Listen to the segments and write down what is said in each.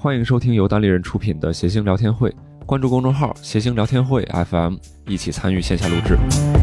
欢迎收听由单立人出品的谐星聊天会，关注公众号谐星聊天会 FM， 一起参与线下录制。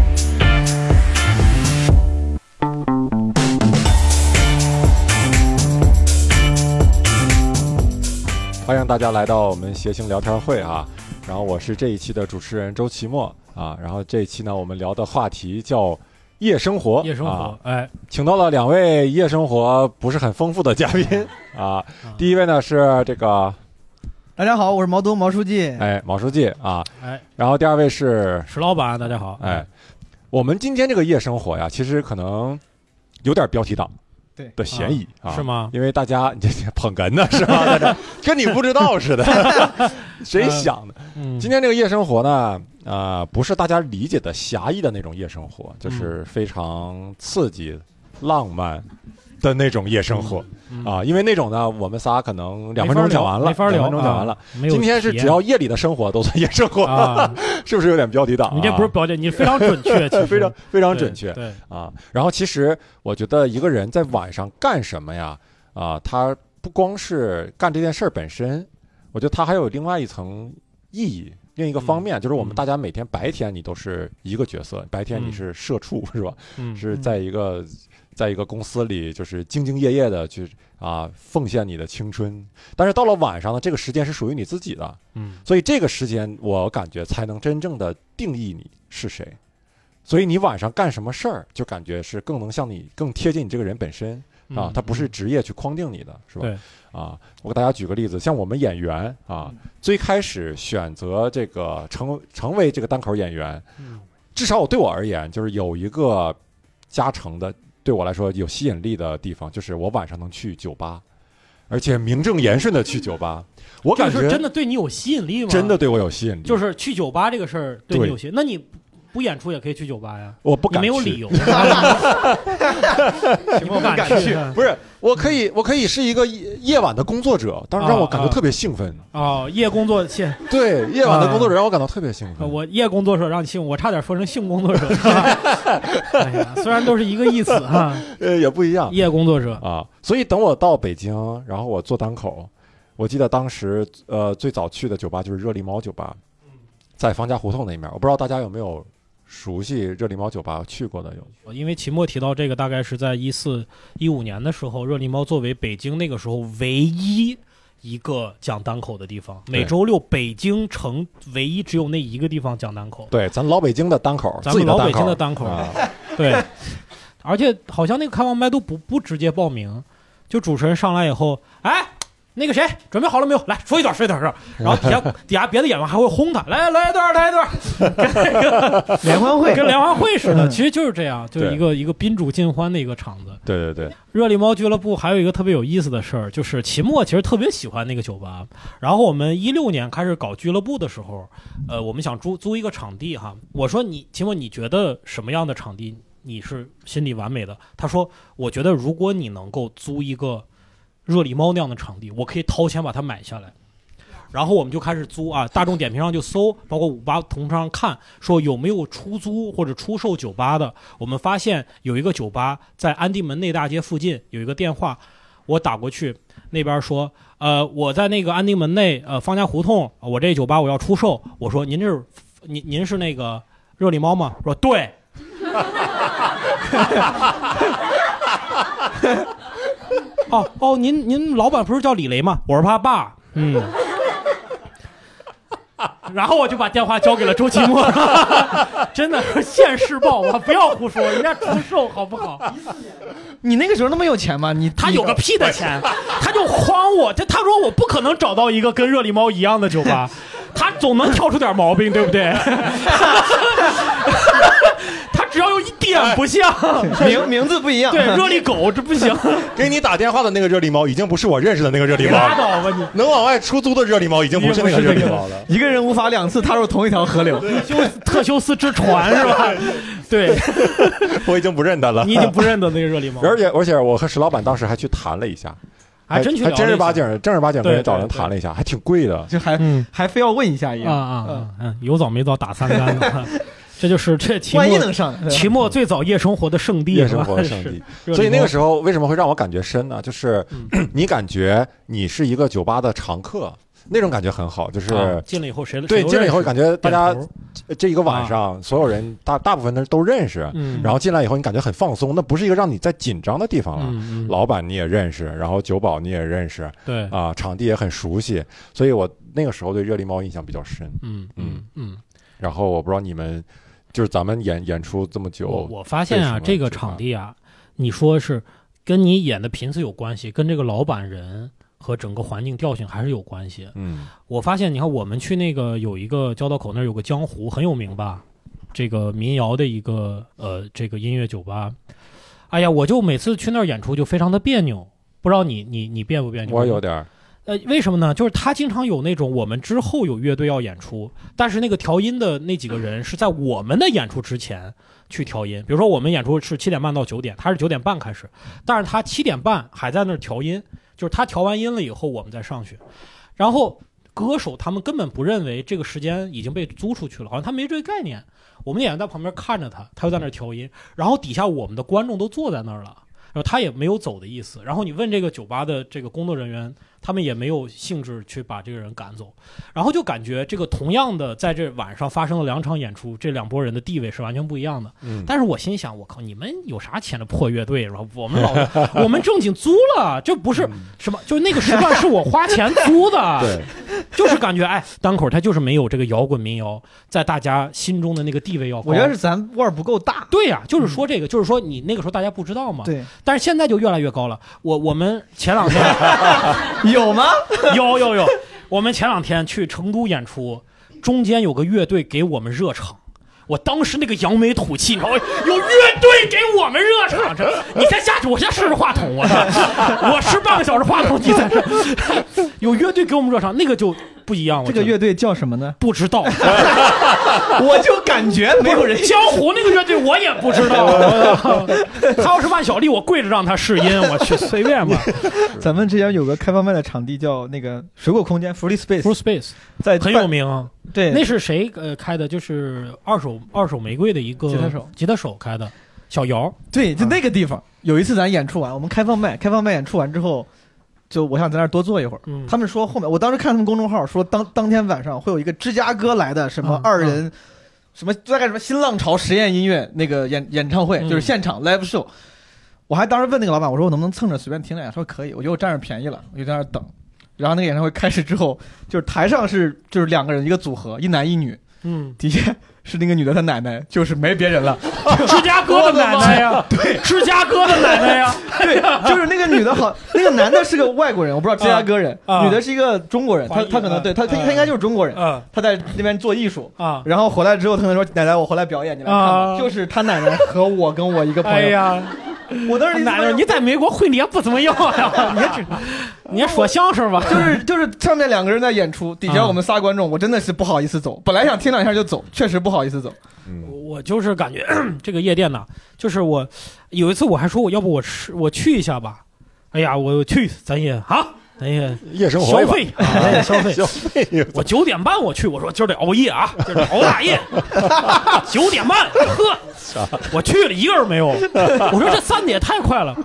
欢迎大家来到我们谐星聊天会啊，然后我是这一期的主持人周奇墨啊，然后这一期呢我们聊的话题叫夜生活， 夜生活，哎， 请到了两位夜生活不是很丰富的嘉宾啊。第一位呢是这个， 大家好，我是毛东毛书记， 哎，毛书记啊， 哎， 然后第二位是石老板，大家好， 哎，我们今天这个夜生活呀，其实可能有点标题党的嫌疑啊， 是吗？ 因为大家你这捧哏呢是吧？跟你不知道似的，谁想的？今天这个夜生活呢？不是大家理解的狭义的那种夜生活，就是非常刺激、浪漫的那种夜生活啊。因为那种呢，我们仨可能2分钟讲完了，2分钟讲完了。今天是只要夜里的生活都算夜生活，是不是有点标题党？ 你这不是标题，你非常准确， 非常准确。 对啊。然后其实我觉得一个人在晚上干什么呀？他不光是干这件事儿本身，我觉得他还有另外一层意义。另一个方面就是我们大家每天白天你都是一个角色，白天你是社畜是吧？是在一个公司里就是兢兢业业的去奉献你的青春，但是到了晚上呢，这个时间是属于你自己的，所以这个时间我感觉才能真正的定义你是谁。所以你晚上干什么事儿，就感觉是更能像你更贴近你这个人本身啊，它不是职业去框定你的，是吧？ 对啊，我给大家举个例子，像我们演员啊，最开始选择这个成为这个单口演员，至少对我而言，就是有一个加成的，对我来说有吸引力的地方，就是我晚上能去酒吧，而且名正言顺的去酒吧。我感觉真的对你有吸引力吗？ 真的对我有吸引力， 就是去酒吧这个事儿对你有吸引力。那你不演出也可以去酒吧呀？ 我不敢去， 你没有理由。你不敢去？ 不是，我可以是一个夜晚的工作者，但是让我感觉特别兴奋。 夜工作对，夜晚的工作者让我感到特别兴奋。 我夜工作者让你兴奋，我差点说成性工作者。哎呀，虽然都是一个意思哈， 也不一样。 夜工作者啊，所以等我到北京，然后我做单口，我记得当时最早去的酒吧就是热力猫酒吧，在方家胡同那面。我不知道大家有没有熟悉热力猫酒吧去过的有？ 因为齐墨提到这个，大概是在14、15年的时候，热力猫作为北京那个时候唯一一个讲单口的地方，每周六北京城唯一只有那一个地方讲单口。 对，咱老北京的单口， 咱们老北京的单口，对。而且好像那个开放麦都不直接报名，就主持人上来以后，哎。那个谁准备好了没有？来说一段，然后底下别的演员还会轰他，来一段，跟那个联欢会跟联欢会似的，其实就是这样，就是一个宾主尽欢的一个场子。 对。 热力猫俱乐部还有一个特别有意思的事儿，就是齐墨其实特别喜欢那个酒吧。然后我们16年开始搞俱乐部的时候，我们想租一个场地哈。我说齐墨，你觉得什么样的场地你是心里完美的？他说，我觉得如果你能够租一个热力猫那样的场地，我可以掏钱把它买下来。然后我们就开始租啊，大众点评上就搜，包括58同城上看，说有没有出租或者出售酒吧的。我们发现有一个酒吧在安定门内大街附近，有一个电话，我打过去，那边说，我在那个安定门内方家胡同，我这酒吧我要出售。我说您是那个热力猫吗？说对。您老板不是叫李雷吗？我是他爸。然后我就把电话交给了周奇墨，真的是现世报，我不要胡说，人家出售好不好？ 你那个时候那么有钱吗？ 他有个屁的钱，他就诓我，他说我不可能找到一个跟热力猫一样的酒吧，他总能挑出点毛病，对不对？他只要有一点不像， 名字不一样， 对，热力狗这不行。 给你打电话的那个热力猫已经不是我认识的那个热力猫， 拉倒吧你！ 能往外出租的热力猫已经不是那个热力猫了。 一个人无法2次踏入同一条河流， 特修斯之船是吧？对， 我已经不认得了。 你已经不认得那个热力猫。 而且我和石老板当时还去谈了一下。还正儿八经跟人找人谈了一下，还挺贵的， 就还非要问一下一样有早没早打3竿子。 这就是这期万一末能上， 期末最早夜生活的圣地， 夜生活的圣地。所以那个时候为什么会让我感觉深呢？就是你感觉你是一个酒吧的常客。那种感觉很好，就是进了以后谁对进了以后感觉大家这一个晚上啊所有人大部分的都认识，然后进来以后你感觉很放松，那不是一个让你在紧张的地方了。老板你也认识，然后酒保你也认识， 对啊，场地也很熟悉，所以我那个时候对热力猫印象比较深。然后我不知道你们就是咱们演出这么久， 我发现啊，这个场地啊，你说是跟你演的频次有关系，跟这个老板人和整个环境调性还是有关系。我发现你看我们去那个有一个交道口那儿有个江湖很有名吧，这个民谣的一个这个音乐酒吧。哎呀，我就每次去那儿演出就非常的别扭，不知道你别不别扭？ 我有点为什么呢？就是他经常有那种我们之后有乐队要演出，但是那个调音的那几个人是在我们的演出之前去调音。比如说我们演出是7点半到9点，他是9点半开始，但是他7点半还在那儿调音，就是他调完音了以后我们再上去。然后歌手他们根本不认为这个时间已经被租出去了，好像他没这个概念。我们演员在旁边看着他，他又在那儿调音，然后底下我们的观众都坐在那儿了，然后他也没有走的意思。然后你问这个酒吧的这个工作人员，他们也没有兴致去把这个人赶走。然后就感觉这个同样的在这晚上发生了2场演出，这2拨人的地位是完全不一样的。但是我心想，我靠，你们有啥钱的破乐队是吧？我们正经租了，这不是什么，就是那个时段是我花钱租的。 对， 就是感觉哎，单口它就是没有这个摇滚民谣在大家心中的那个地位要高。 我觉得是咱腕儿不够大。 对呀，就是说这个，就是说你那个时候大家不知道嘛。 对， 但是现在就越来越高了。我们前2天有吗？ 有，我们前2天去成都演出，中间有个乐队给我们热场。我当时那个扬眉吐气，然后有乐队给我们热场，你先下去，我先试试话筒，我试半个小时话筒，你在这有乐队给我们热场，那个就不一样。 这个乐队叫什么呢？ 不知道， 我就感觉没有人。 江湖那个乐队我也不知道，他要是万晓利，我跪着让他试音，我去随便吧。 咱们之前有个开放麦的场地叫那个水果空间 Free Space， 在很有名。 对， 那是谁开的？就是二手玫瑰的一个吉他手开的，小姚。 对，就那个地方。有一次咱演出完，我们开放麦演出完之后，就我想在那儿多坐一会儿。他们说后面，我当时看他们公众号说当天晚上会有一个芝加哥来的什么2人，什么大概什么新浪潮实验音乐那个演唱会，就是现场 live show。我还当时问那个老板，我说我能不能蹭着随便听两下？他说可以。我觉得我占着便宜了，我就在那儿等。然后那个演唱会开始之后，就是台上就是2个人一个组合，一男一女，底下是那个女的她奶奶，就是没别人了， 芝加哥的奶奶呀，对，芝加哥的奶奶呀， 对，就是那个女的好，那个男的是个外国人，我不知道芝加哥人，女的是一个中国人，他可能对他应该就是中国人，他在那边做艺术啊，然后回来之后他们说奶奶我回来表演你来看吧，就是他奶奶和我跟我一个朋友。 哎呀， 我当时奶奶你在美国混的也不怎么样呀，你也说相声吧， 就是上面2个人在演出，底下我们3观众，我真的是不好意思走，本来想听2下就走，确实不好意思走。 我就是感觉这个夜店呢，就是我有一次我还说要不我去一下吧，哎呀我去咱也夜生活消费消费，我9点半我去，我说今儿得熬夜啊，今儿得熬大夜，9点半喝，我去了一个人没有，我说这3点太快了，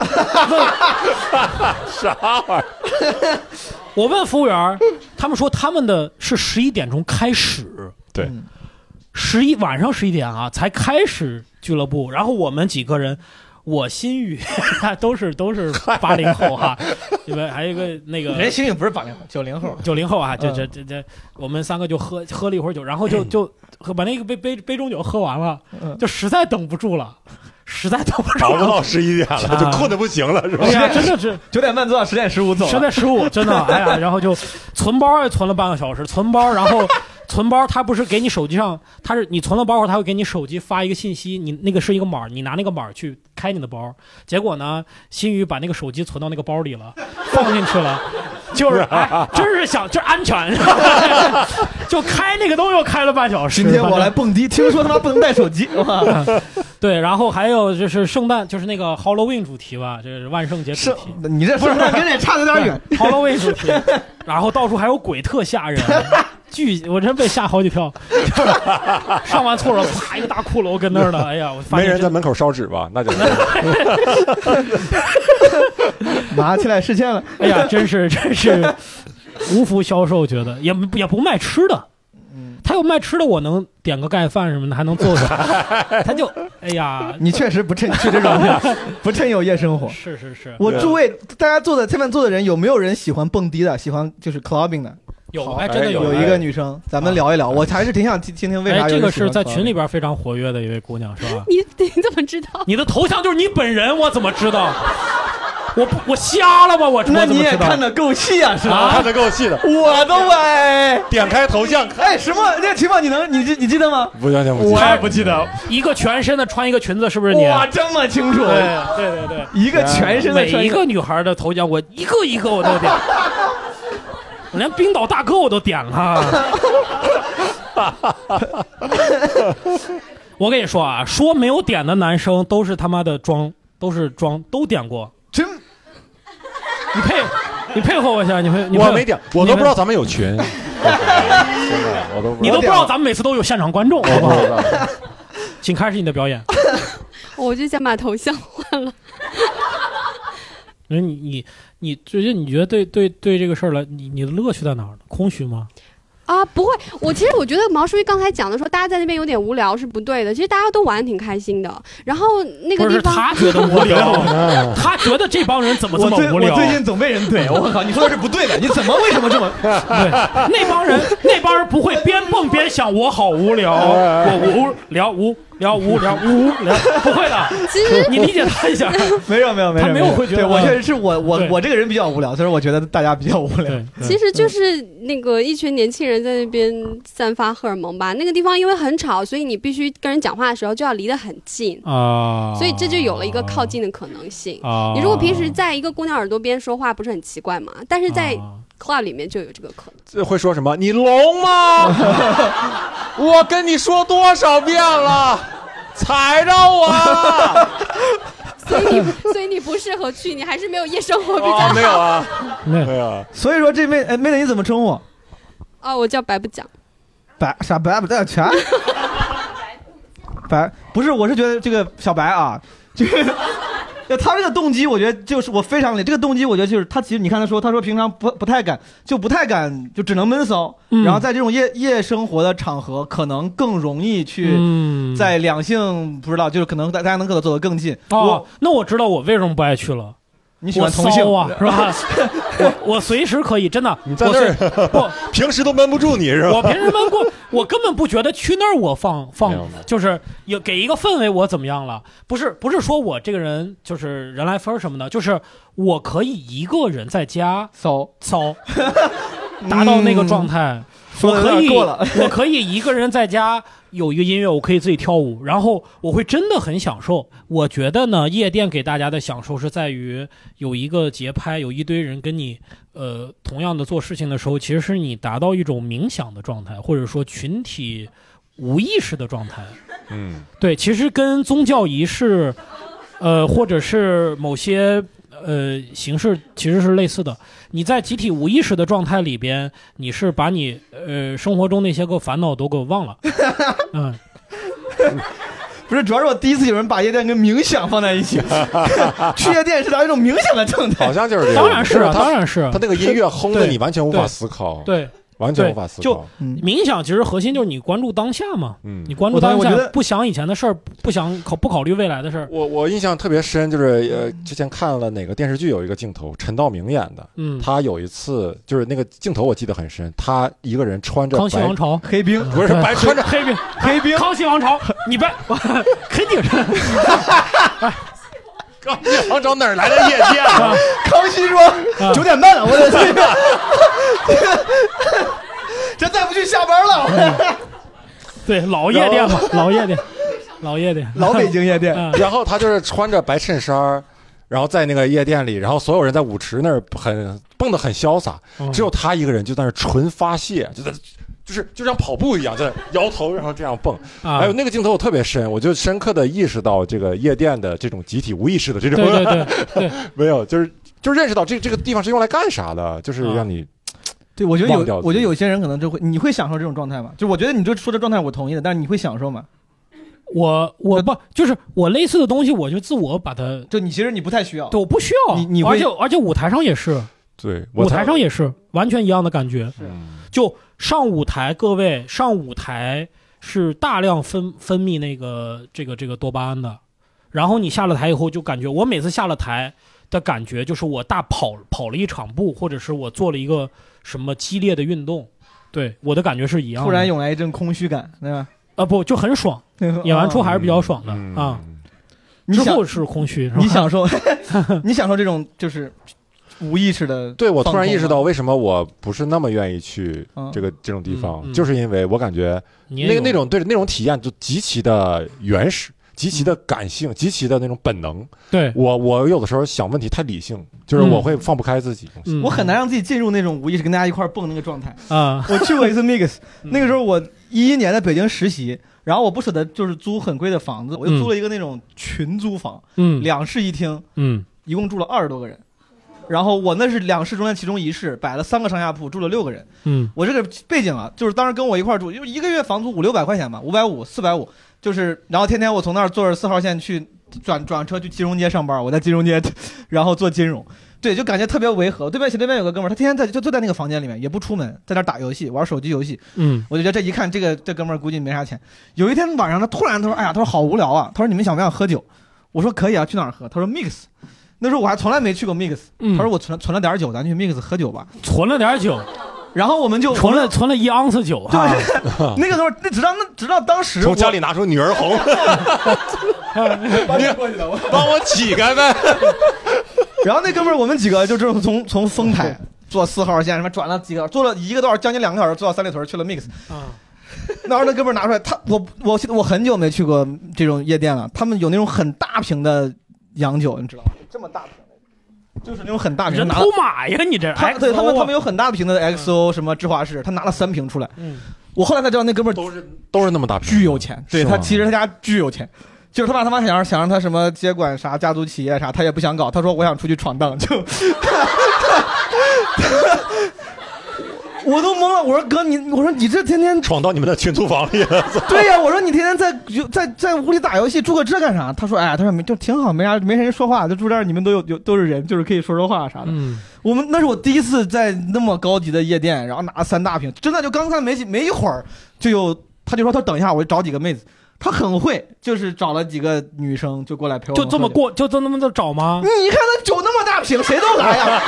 啥玩意儿？ 我问服务员，他们说他们的是11点钟开始， 对晚上11点啊才开始俱乐部，然后我们几个人。我心语都是80后哈，因为还有一个那个人心语不是80后，90后啊，这我们3个就喝了一会儿酒，然后就把那个杯中酒喝完了，就实在等不住了。 熬不到11点了，就困得不行了，是吧？ 哎呀，真的是 9点半坐到10点15走了，10 点15，真的，哎呀，然后就存包也存了半个小时，存包，然后存包，他不是给你手机上，他是你存了包后，他会给你手机发一个信息，你那个是一个码，你拿那个码去开你的包，结果呢，新宇把那个手机存到那个包里了，放进去了。 就是真是想就是安全，就开那个东西开了半小时。 今天我来蹦迪，听说他妈不能带手机。 对，然后还有就是圣诞，就是那个 Halloween 主题吧，这是万圣节主题。 你这圣诞跟这差的有点远。 Halloween 主题，然后到处还有鬼，特吓人。我真被吓好几跳，上完厕所啪一个大骷髅跟那儿的，哎呀，我发现没人在门口烧纸吧？那就拿起来实现了。 哎呀，真是无福消受，觉得也不卖吃的。他有卖吃的，我能点个盖饭什么的，还能做什么？他就哎呀， 你确实不趁去这种不趁有夜生活。 是。 我诸位大家前面坐的人，有没有人喜欢蹦迪的？喜欢就是 clubbing 的？ 有，还真的有一个女生，咱们聊一聊。我还是挺想听听为啥。 这个是在群里边非常活跃的一位姑娘，是吧？ 你怎么知道？ 你的头像就是你本人，我怎么知道？我瞎了吗？ 那你也看得够细啊，是吧？ 看得够细的， 我都哎， 点开头像看。 哎，什么？那情况你记得吗？ 不记得， 我也不记得。一个全身的穿一个裙子，是不是你？ 哇，这么清楚！ 对， 一个全身的每一个女孩的头像，我一个我都点。我连冰岛大哥我都点了。我跟你说啊，说没有点的男生都是他妈的装，都点过。 真， 你配合我一下， 我没点，我都不知道咱们有群。真的，我都你都不知道咱们每次都有现场观众，好不好？请开始你的表演。 我就想把头像换了。 你最近你觉得对这个事儿了，你的乐趣在哪儿呢？空虚吗？ 啊，不会，其实我觉得毛书记刚才讲的说大家在那边有点无聊是不对的，其实大家都玩得挺开心的。然后那个地方， 他觉得无聊，他觉得这帮人怎么这么无聊？ 我最近总被人怼，我靠，你说的是不对的，你为什么这么对？那帮人不会边蹦边想我好无聊，我无聊，不会的。 其实你理解他一下。 没有， 他没有会觉得。 对，我确实是我这个人比较无聊，所以我觉得大家比较无聊。 其实就是那个一群年轻人在那边散发荷尔蒙吧。那个地方因为很吵，所以你必须跟人讲话的时候就要离得很近啊，所以这就有了一个靠近的可能性。你如果平时在一个姑娘耳朵边说话，不是很奇怪吗？但是在club 里面就有这个可能。 这会说什么？你聋吗？我跟你说多少遍了，踩着我。 所以你不适合去，你还是没有夜生活比较好。 没有啊，没有。 所以说这妹子你怎么称呼？ 我叫白不讲。 白不带全？白不是，我是觉得这个小白啊，这个。他这个动机，我觉得就是我非常理。这个动机，我觉得就是他其实你看他说平常不太敢，就只能闷骚，然后在这种夜生活的场合，可能更容易去在两性不知道，就是可能大家能跟他走得更近。 那我知道我为什么不爱去了。 你喜欢同性啊，是吧？我随时可以，真的。 你在那儿不平时都闷不住你是吧？ 我平时闷过，我根本不觉得去那儿我放，就是有给一个氛围我怎么样了？不是说我这个人就是人来分什么的，就是我可以一个人在家骚，达到那个状态。我可以一个人在家有一个音乐，我可以自己跳舞，然后我会真的很享受。我觉得呢，夜店给大家的享受是在于有一个节拍，有一堆人跟你同样的做事情的时候，其实是你达到一种冥想的状态，或者说群体无意识的状态。对，其实跟宗教仪式或者是某些形式其实是类似的。你在集体无意识的状态里边，你是把你生活中那些个烦恼都给忘了。 不是，主要是我第一次有人把夜店跟冥想放在一起。去夜店是达到一种冥想的状态， 好像就是这样。 当然是，当然是。 他那个音乐轰的你完全无法思考。 对。 完全无法思考。 就冥想其实核心就是你关注当下嘛，你关注当下，不想以前的事儿，不考虑未来的事儿。 我印象特别深，就是之前看了哪个电视剧有一个镜头，陈道明演的，他有一次就是那个镜头我记得很深，他一个人穿着康熙王朝黑兵， 不是白穿着黑兵康熙王朝，你别肯定是。 康熙王朝哪儿来的夜店啊？ 康熙说9点半了，我得去。这再不去下班了。 对，老夜店嘛，老夜店，老北京夜店。 然后他就是穿着白衬衫， 然后在那个夜店里，然后所有人在舞池那儿蹦得很潇洒，只有他一个人就在那纯发泄，就像跑步一样，在摇头然后这样蹦。还有那个镜头我特别深，我就深刻的意识到这个夜店的这种集体无意识的这种， 对没有，就认识到这个地方是用来干啥的，就是让你。 对，我觉得有些人可能就会，你会享受这种状态吗？就我觉得你这说的状态我同意的，但是你会享受吗？ 我不就是我类似的东西，我就自我把它， 就你其实你不太需要， 对，我不需要， 你会， 而且舞台上也是， 对， 舞台上也是完全一样的感觉。就上舞台，各位上舞台是大量分泌那个这个多巴胺的，然后你下了台以后就感觉，我每次下了台的感觉就是我大跑了一场步，或者是我做了一个什么激烈的运动，对我的感觉是一样的。 突然涌来一阵空虚感，对吧？ 不就很爽，演完出还是比较爽的啊。之后是空虚， 你享受你享受这种就是无意识的。 对，我突然意识到为什么我不是那么愿意去这种地方，就是因为我感觉那种体验就极其的原始，极其的感性，极其的那种本能。 对， 我有的时候想问题太理性，就是我会放不开自己。 我很难让自己进入那种无意识跟大家一块蹦那个状态啊。我去过一次 Mix， 那个时候我11年在北京实习，然后我不舍得就是租很贵的房子，我就租了一个那种群租房，2室1厅，一共住了20多个人。然后我那是2室中间其中1室摆了3个上下铺，住了6个人。我这个背景啊，就是当时跟我一块住，因为1个月房租500-600块钱吧，550、450，就是然后天天我从那儿坐着4号线去转车去金融街上班，我在金融街，然后做金融，对，就感觉特别违和。对面斜对面有个哥们儿，他天天就在那个房间里面，也不出门，在那打游戏，玩手机游戏。我就觉得这一看，这哥们儿估计没啥钱。有一天晚上，他突然他说：“哎呀，他说好无聊啊，他说你们想不想喝酒？”我说：“可以啊，去哪儿喝？”他说 ：“Mix。”那时候我还从来没去过 Mix，他说我存了点酒，咱去 Mix 喝酒吧。 存了点酒， 然后我们就存了1盎司酒。 对，那个时候直到当时从家里拿出女儿红，帮我起开呗。 然后那哥们儿我们几个就这种从丰台坐4号线什么转了几个，坐了1个多小时，将近2个小时，坐到三里屯去了 Mix。然后那哥们儿拿出来，我很久没去过这种夜店了，他们有那种很大瓶的洋酒，你知道吗？这么大瓶的，就是那种很大瓶的。 人头马呀，你这！ 对他们有很大瓶的 XO 什么芝华士，他拿了3瓶出来。我后来才知道那哥们儿都是那么大瓶， 巨有钱。对，他其实他家巨有钱，就是他爸想让他什么接管啥家族企业啥，他也不想搞。他说我想出去闯荡，就我都懵了。我说哥，我说你这天天闯到你们的群租房里了。 对呀，我说你天天在屋里打游戏，住个这干啥？他说他说就挺好，没人说话，就住这儿，你们都是人，就是可以说话啥的。我们那是我第一次在那么高级的夜店，然后拿3大瓶，真的就刚才没一会儿他就说他等一下，我就找几个妹子。他很会，就是找了几个女生就过来陪我。 就这么找吗？ 你看那酒那么大瓶，谁都来呀。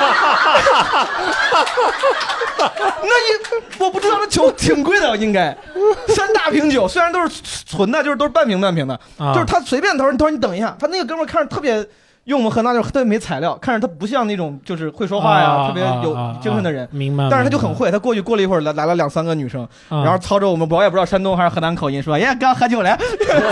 我不知道那酒挺贵的，应该3大瓶酒，虽然都是纯的，就是都是半瓶的，就是他随便他说你等一下，他那个哥们儿看着特别，因为我们喝那就特别没材料，看着他不像那种就是会说话呀，特别有精神的人。 明白。 但是他就很会，他过了一会儿来了2-3个女生，然后操着我们我也不知道山东还是河南口音说：“哎，刚喝酒了。”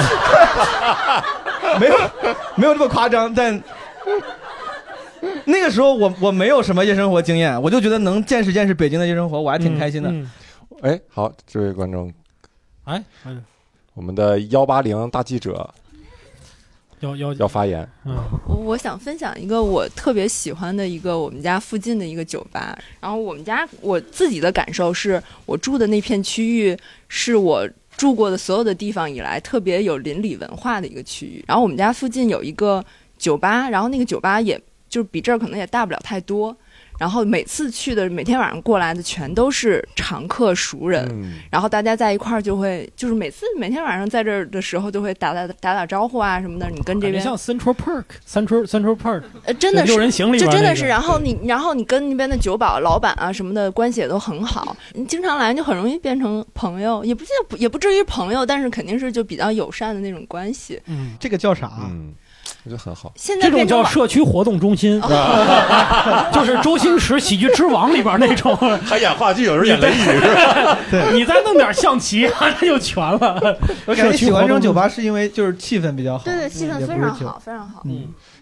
没有这么夸张，但那个时候我没有什么夜生活经验，我就觉得能见识北京的夜生活，我还挺开心的。 好，这位观众，我们的180大记者要发言。 我想分享一个我特别喜欢的一个我们家附近的一个酒吧。然后我自己的感受是，我住的那片区域是我住过的所有的地方以来特别有邻里文化的一个区域。然后我们家附近有一个酒吧，然后那个酒吧也就是比这儿可能也大不了太多。然后每次去的每天晚上过来的全都是常客熟人，然后大家在一块儿就是每天晚上在这儿的时候就会打招呼啊什么的。你跟这边像 Central Park， 真的是 6人行里边， 就真的是。然后你跟那边的酒保老板啊什么的关系也都很好，你经常来就很容易变成朋友，也不至于朋友，但是肯定是就比较友善的那种关系。 这个叫啥？ 我觉得很好。 现在这种叫社区活动中心，就是周星驰《喜剧之王》里边那种， 还演话剧，有时候演雷雨是吧？ 对，你再弄点象棋，这就全了。 我感觉喜欢这种酒吧是因为就是气氛比较好， 对，气氛非常好，非常好。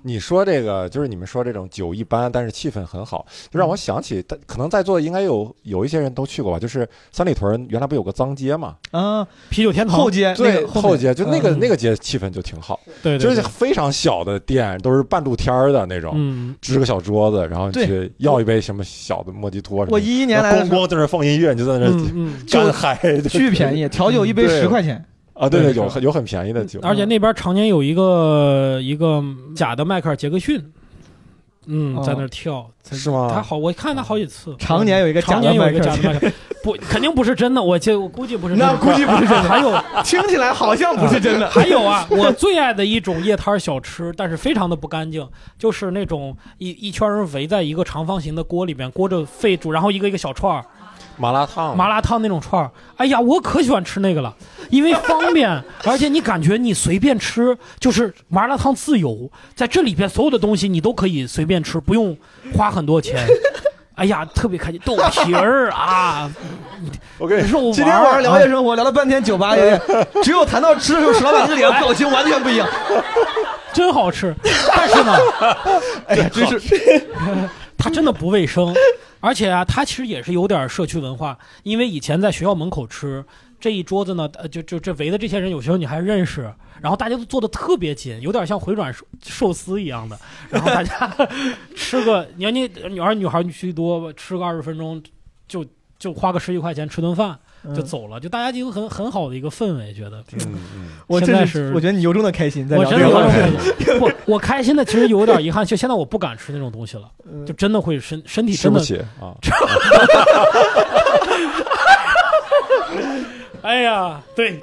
你说这个就是你们说这种酒一般，但是气氛很好，就让我想起，可能在座应该有一些人都去过吧，就是三里屯原来不有个脏街嘛？ 啊， 啤酒天堂后街， 对，后街就那个街气氛就挺好， 对， 就是非常小的店，都是半露天的那种，支个小桌子，然后你去要一杯什么小的莫吉托什么。 我11年来光在那放音乐，你就在那干嗨， 巨便宜，调酒一杯10块钱。 啊，对，有很便宜的酒， 而且那边常年有一个假的迈克尔·杰克逊，在那跳， 是吗？ 他好，我看他好几次， 常年有一个假的迈克尔， 不，肯定不是真的，我估计不是真的， 那估计不是真的。 还有， 听起来好像不是真的。 还有啊，我最爱的一种夜摊小吃，但是非常的不干净，就是那种一圈人围在一个长方形的锅里边，锅着沸煮，然后一个小串儿。 麻辣烫那种串儿，哎呀，我可喜欢吃那个了，因为方便，而且你感觉你随便吃，就是麻辣烫自由，在这里边所有的东西你都可以随便吃，不用花很多钱。哎呀，特别开心，豆皮儿啊！ 我跟你说，今天晚上聊夜生活，聊了半天酒吧，只有谈到吃的时候，史老板的脸表情完全不一样， 真好吃。但是呢， 哎呀，真是， 它真的不卫生。而且啊，它其实也是有点社区文化，因为以前在学校门口吃这一桌子呢，就这围的这些人，有时候你还认识，然后大家都坐得特别紧，有点像回转寿司一样的，然后大家吃个，你女孩居多，吃个20分钟就花个10几块钱吃顿饭就走了，就大家就有很好的一个氛围，觉得。 我现在是， 我觉得你由衷的开心，在我真的有点开心。不，我开心的其实有点遗憾，就现在我不敢吃那种东西了，就真的会身体真的。 吃不起啊！ 哎呀，对。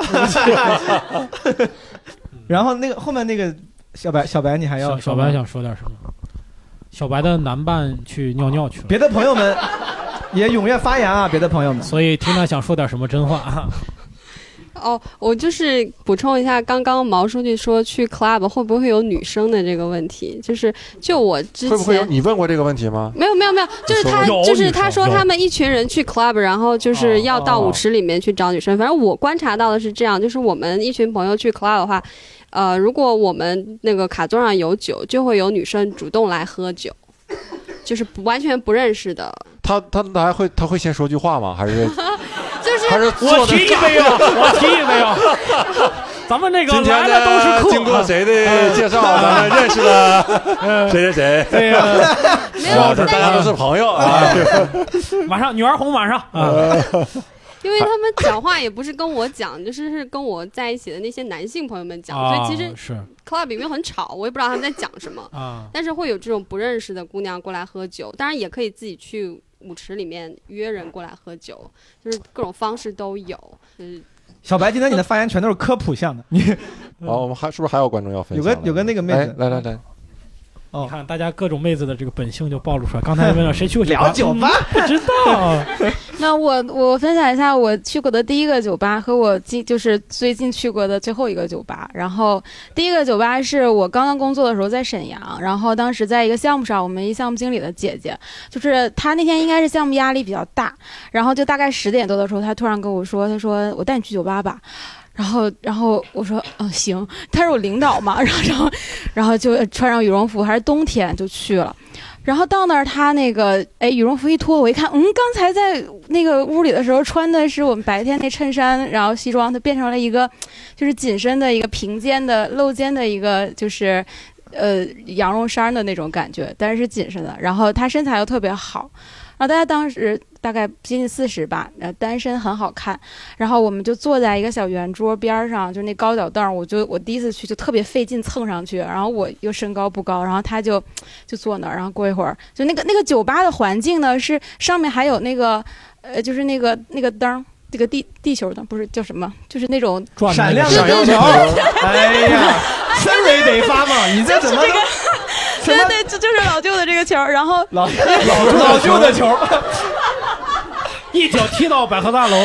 然后那个后面那个小白，你还要小白想说点什么？小白的男伴去尿尿去了。 别的朋友们也踊跃发言啊！别的朋友们， 所以缇娜想说点什么真话啊？ 我就是补充一下，刚刚毛书记说去 club 会不会有女生的这个问题，就我之前会不会有？你问过这个问题吗？ 没有，就是他说他们一群人去 club， 然后就是要到舞池里面去找女生。反正我观察到的是这样，就是我们一群朋友去 club 的话，如果我们那个卡桌上有酒，就会有女生主动来喝酒，就是完全不认识的。 他会先说句话吗？还是？ 就是我提一杯啊！咱们那个来的都是客， 经过谁的介绍，咱们认识了谁。对呀， 没有， 大家都是朋友啊。 晚上女儿红晚上因为他们讲话也不是跟我讲，就是跟我在一起的那些男性朋友们讲，所以其实是 club 里面很吵，我也不知道他们在讲什么但是会有这种不认识的姑娘过来喝酒，当然也可以自己去舞池里面约人过来喝酒，就是各种方式都有。 小白，今天你的发言全都是科普项的。 我们是不是还有观众要分享？ 有个那个妹子， 来。 你看大家各种妹子的这个本性就暴露出来。刚才问了谁去过聊酒吧， 不知道。 那我分享一下我去过的第一个酒吧和我就是最近去过的最后一个酒吧。然后第一个酒吧是我刚刚工作的时候在沈阳，然后当时在一个项目上，我们一项目经理的姐姐，就是她那天应该是项目压力比较大，然后就大概10点多的时候，她突然跟我说，她说我带你去酒吧吧。然后我说行，他是我领导嘛，然后就穿上羽绒服，还是冬天就去了。然后到那儿，他那个羽绒服一脱，我一看，刚才在那个屋里的时候穿的是我们白天那衬衫，然后西装，它变成了一个就是紧身的一个平肩的露肩的一个就是羊绒衫的那种感觉，但是紧身的。然后他身材又特别好。然后大家当时大概接近40吧，单身很好看。然后我们就坐在一个小圆桌边上，就那高脚凳，我第一次去就特别费劲蹭上去，然后我又身高不高，然后他就坐那儿，然后过一会儿就那个酒吧的环境呢是上面还有那个就是那个灯。这个地球灯不是叫什么，就是那种闪亮的灯球。哎呀，身为得发嘛，你这怎么？ 对，这就是老舅的这个球，然后老舅的球， 一脚踢到百合大楼。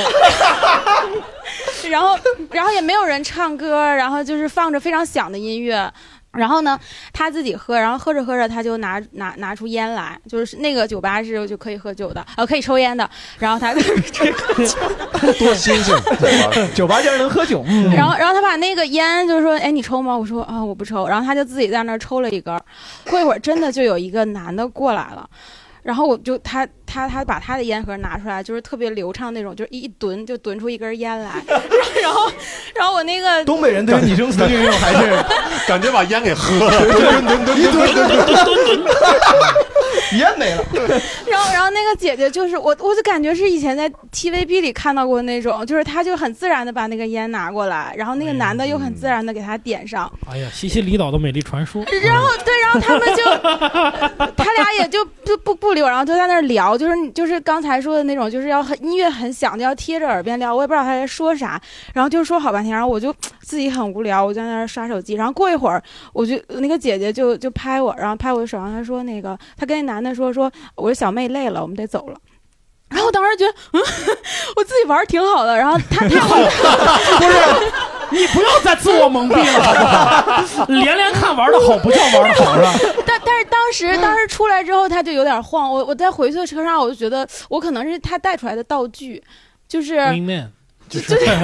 然后也没有人唱歌，然后就是放着非常响的音乐。 然后呢，他自己喝，然后喝着喝着，他就拿出烟来，就是那个酒吧是就可以喝酒的，可以抽烟的。然后他多新鲜， 酒吧竟然能喝酒。 然后他把那个烟就是说，哎，你抽吗？我说啊，我不抽。然后他就自己在那儿抽了一根。过一会儿，真的就有一个男的过来了。然后我就他把他的烟盒拿出来，就是特别流畅那种，就是一吨就吨出一根烟来。然后我那个东北人对于拟声词的运用还是感觉把烟给喝了， 烟没了。 然后那个姐姐就是我就感觉是以前在 TVB 里看到过那种，就是他就很自然的把那个烟拿过来，然后那个男的又很自然的给他点上。 哎呀，西西里岛的美丽传说。 然后他们就他俩也就不留，然后就在那儿聊，就是刚才说的那种，就是要音乐很响，就要贴着耳边聊，我也不知道他在说啥，然后就说好半天，然后我就自己很无聊，我就在那儿刷手机，然后过一会儿，那个姐姐就拍我，然后拍我的手上，她说那个她跟那男的说我说小妹累了，我们得走了。然后我当时觉得，我自己玩挺好的，然后他不是，你不要再自我蒙蔽了，连看玩的好不叫玩的好是吧？ 但是当时出来之后，他就有点晃。我在回去的车上，我就觉得我可能是他带出来的道具，就是。 就是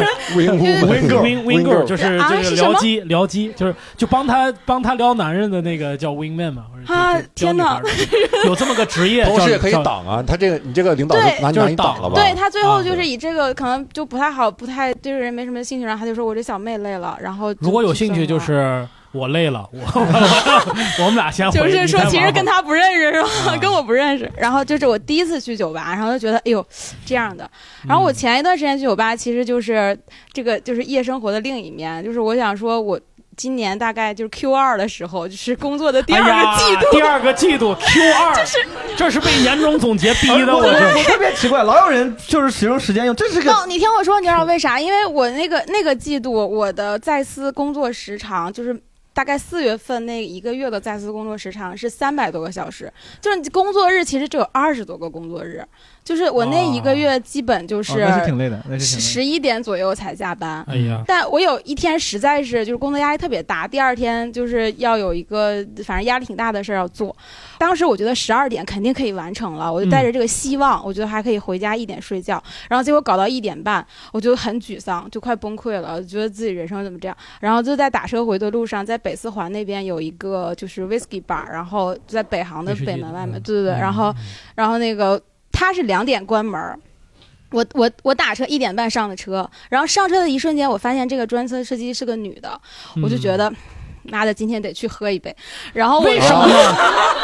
wing girl 就是撩机，就帮他撩男人的那个叫 wingman 嘛。 啊，天哪， 有这么个职业， 同时也可以挡啊。他这个你这个领导拿你挡了吧？ 对，他最后就是以这个可能就不太好，不太对人没什么兴趣，然后他就说我这小妹累了，然后如果有兴趣就是我累了，我们俩先回。 就是说其实跟他不认识是吧？跟我不认识。然后就是我第一次去酒吧，然后就觉得哎呦这样的。然后我前一段时间去酒吧，其实就是这个就是夜生活的另一面，就是我想说我今年大概就是 Q2 的时候，就是工作的第二个季度， 第二个季度 Q2，这是被年终总结逼的。我特别奇怪，老有人就是使用时间用，这是个。 你听我说，你知道为啥？因为我那个季度我的在司工作时长就是。大概4月份那一个月的在司工作时长是300多个小时，就是工作日其实只有20多个工作日，就是我那一个月基本就是那是挺累的 ，11点左右才下班。 哎呀， 但我有一天实在是就是工作压力特别大，第二天就是要有一个反正压力挺大的事要做。当时我觉得12点肯定可以完成了，我就带着这个希望，我觉得还可以回家1点睡觉，然后结果搞到1点半，我就很沮丧，就快崩溃了，觉得自己人生怎么这样。然后就在打车回的路上，在北四环那边有一个就是 whisky bar， 然后在北航的北门外面，对，然后那个他是2点关门。我打车1点半上的车，然后上车的一瞬间，我发现这个专车司机是个女的，我就觉得，妈的，今天得去喝一杯。然后为什么呢？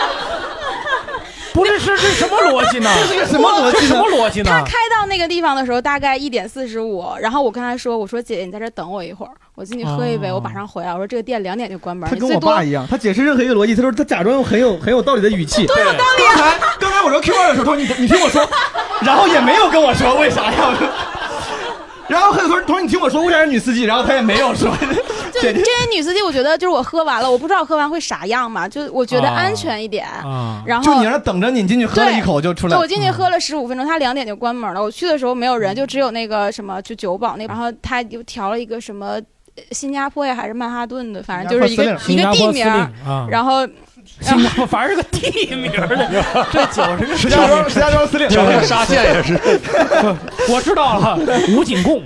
不是什么逻辑呢？ 这是个什么逻辑呢？ 他开到那个地方的时候大概1点45，然后我跟他说，我说姐姐你在这等我一会儿，我进去喝一杯，我马上回来。我说这个店2点就关门。 他跟我爸一样，他解释任何一个逻辑，他说他假装用很有道理的语气。 多有道理啊！刚才我说 Q2 的时候，他说你听我说，然后也没有跟我说为啥呀。然后他说你听我说为啥是女司机，然后他也没有说。 就这些女司机，我觉得就是我喝完了，我不知道喝完会啥样嘛，就我觉得安全一点。然后就你让他等着你进去喝了一口就出来。 我进去喝了15分钟，他2点就关门了。我去的时候没有人，就只有那个什么就酒保那，然后他又调了一个什么新加坡呀还是曼哈顿的，反正就是一个地名，然后。 反正是个地名的，这酒是个石家庄司令， 调个沙县也是。 我知道了，吴景贡。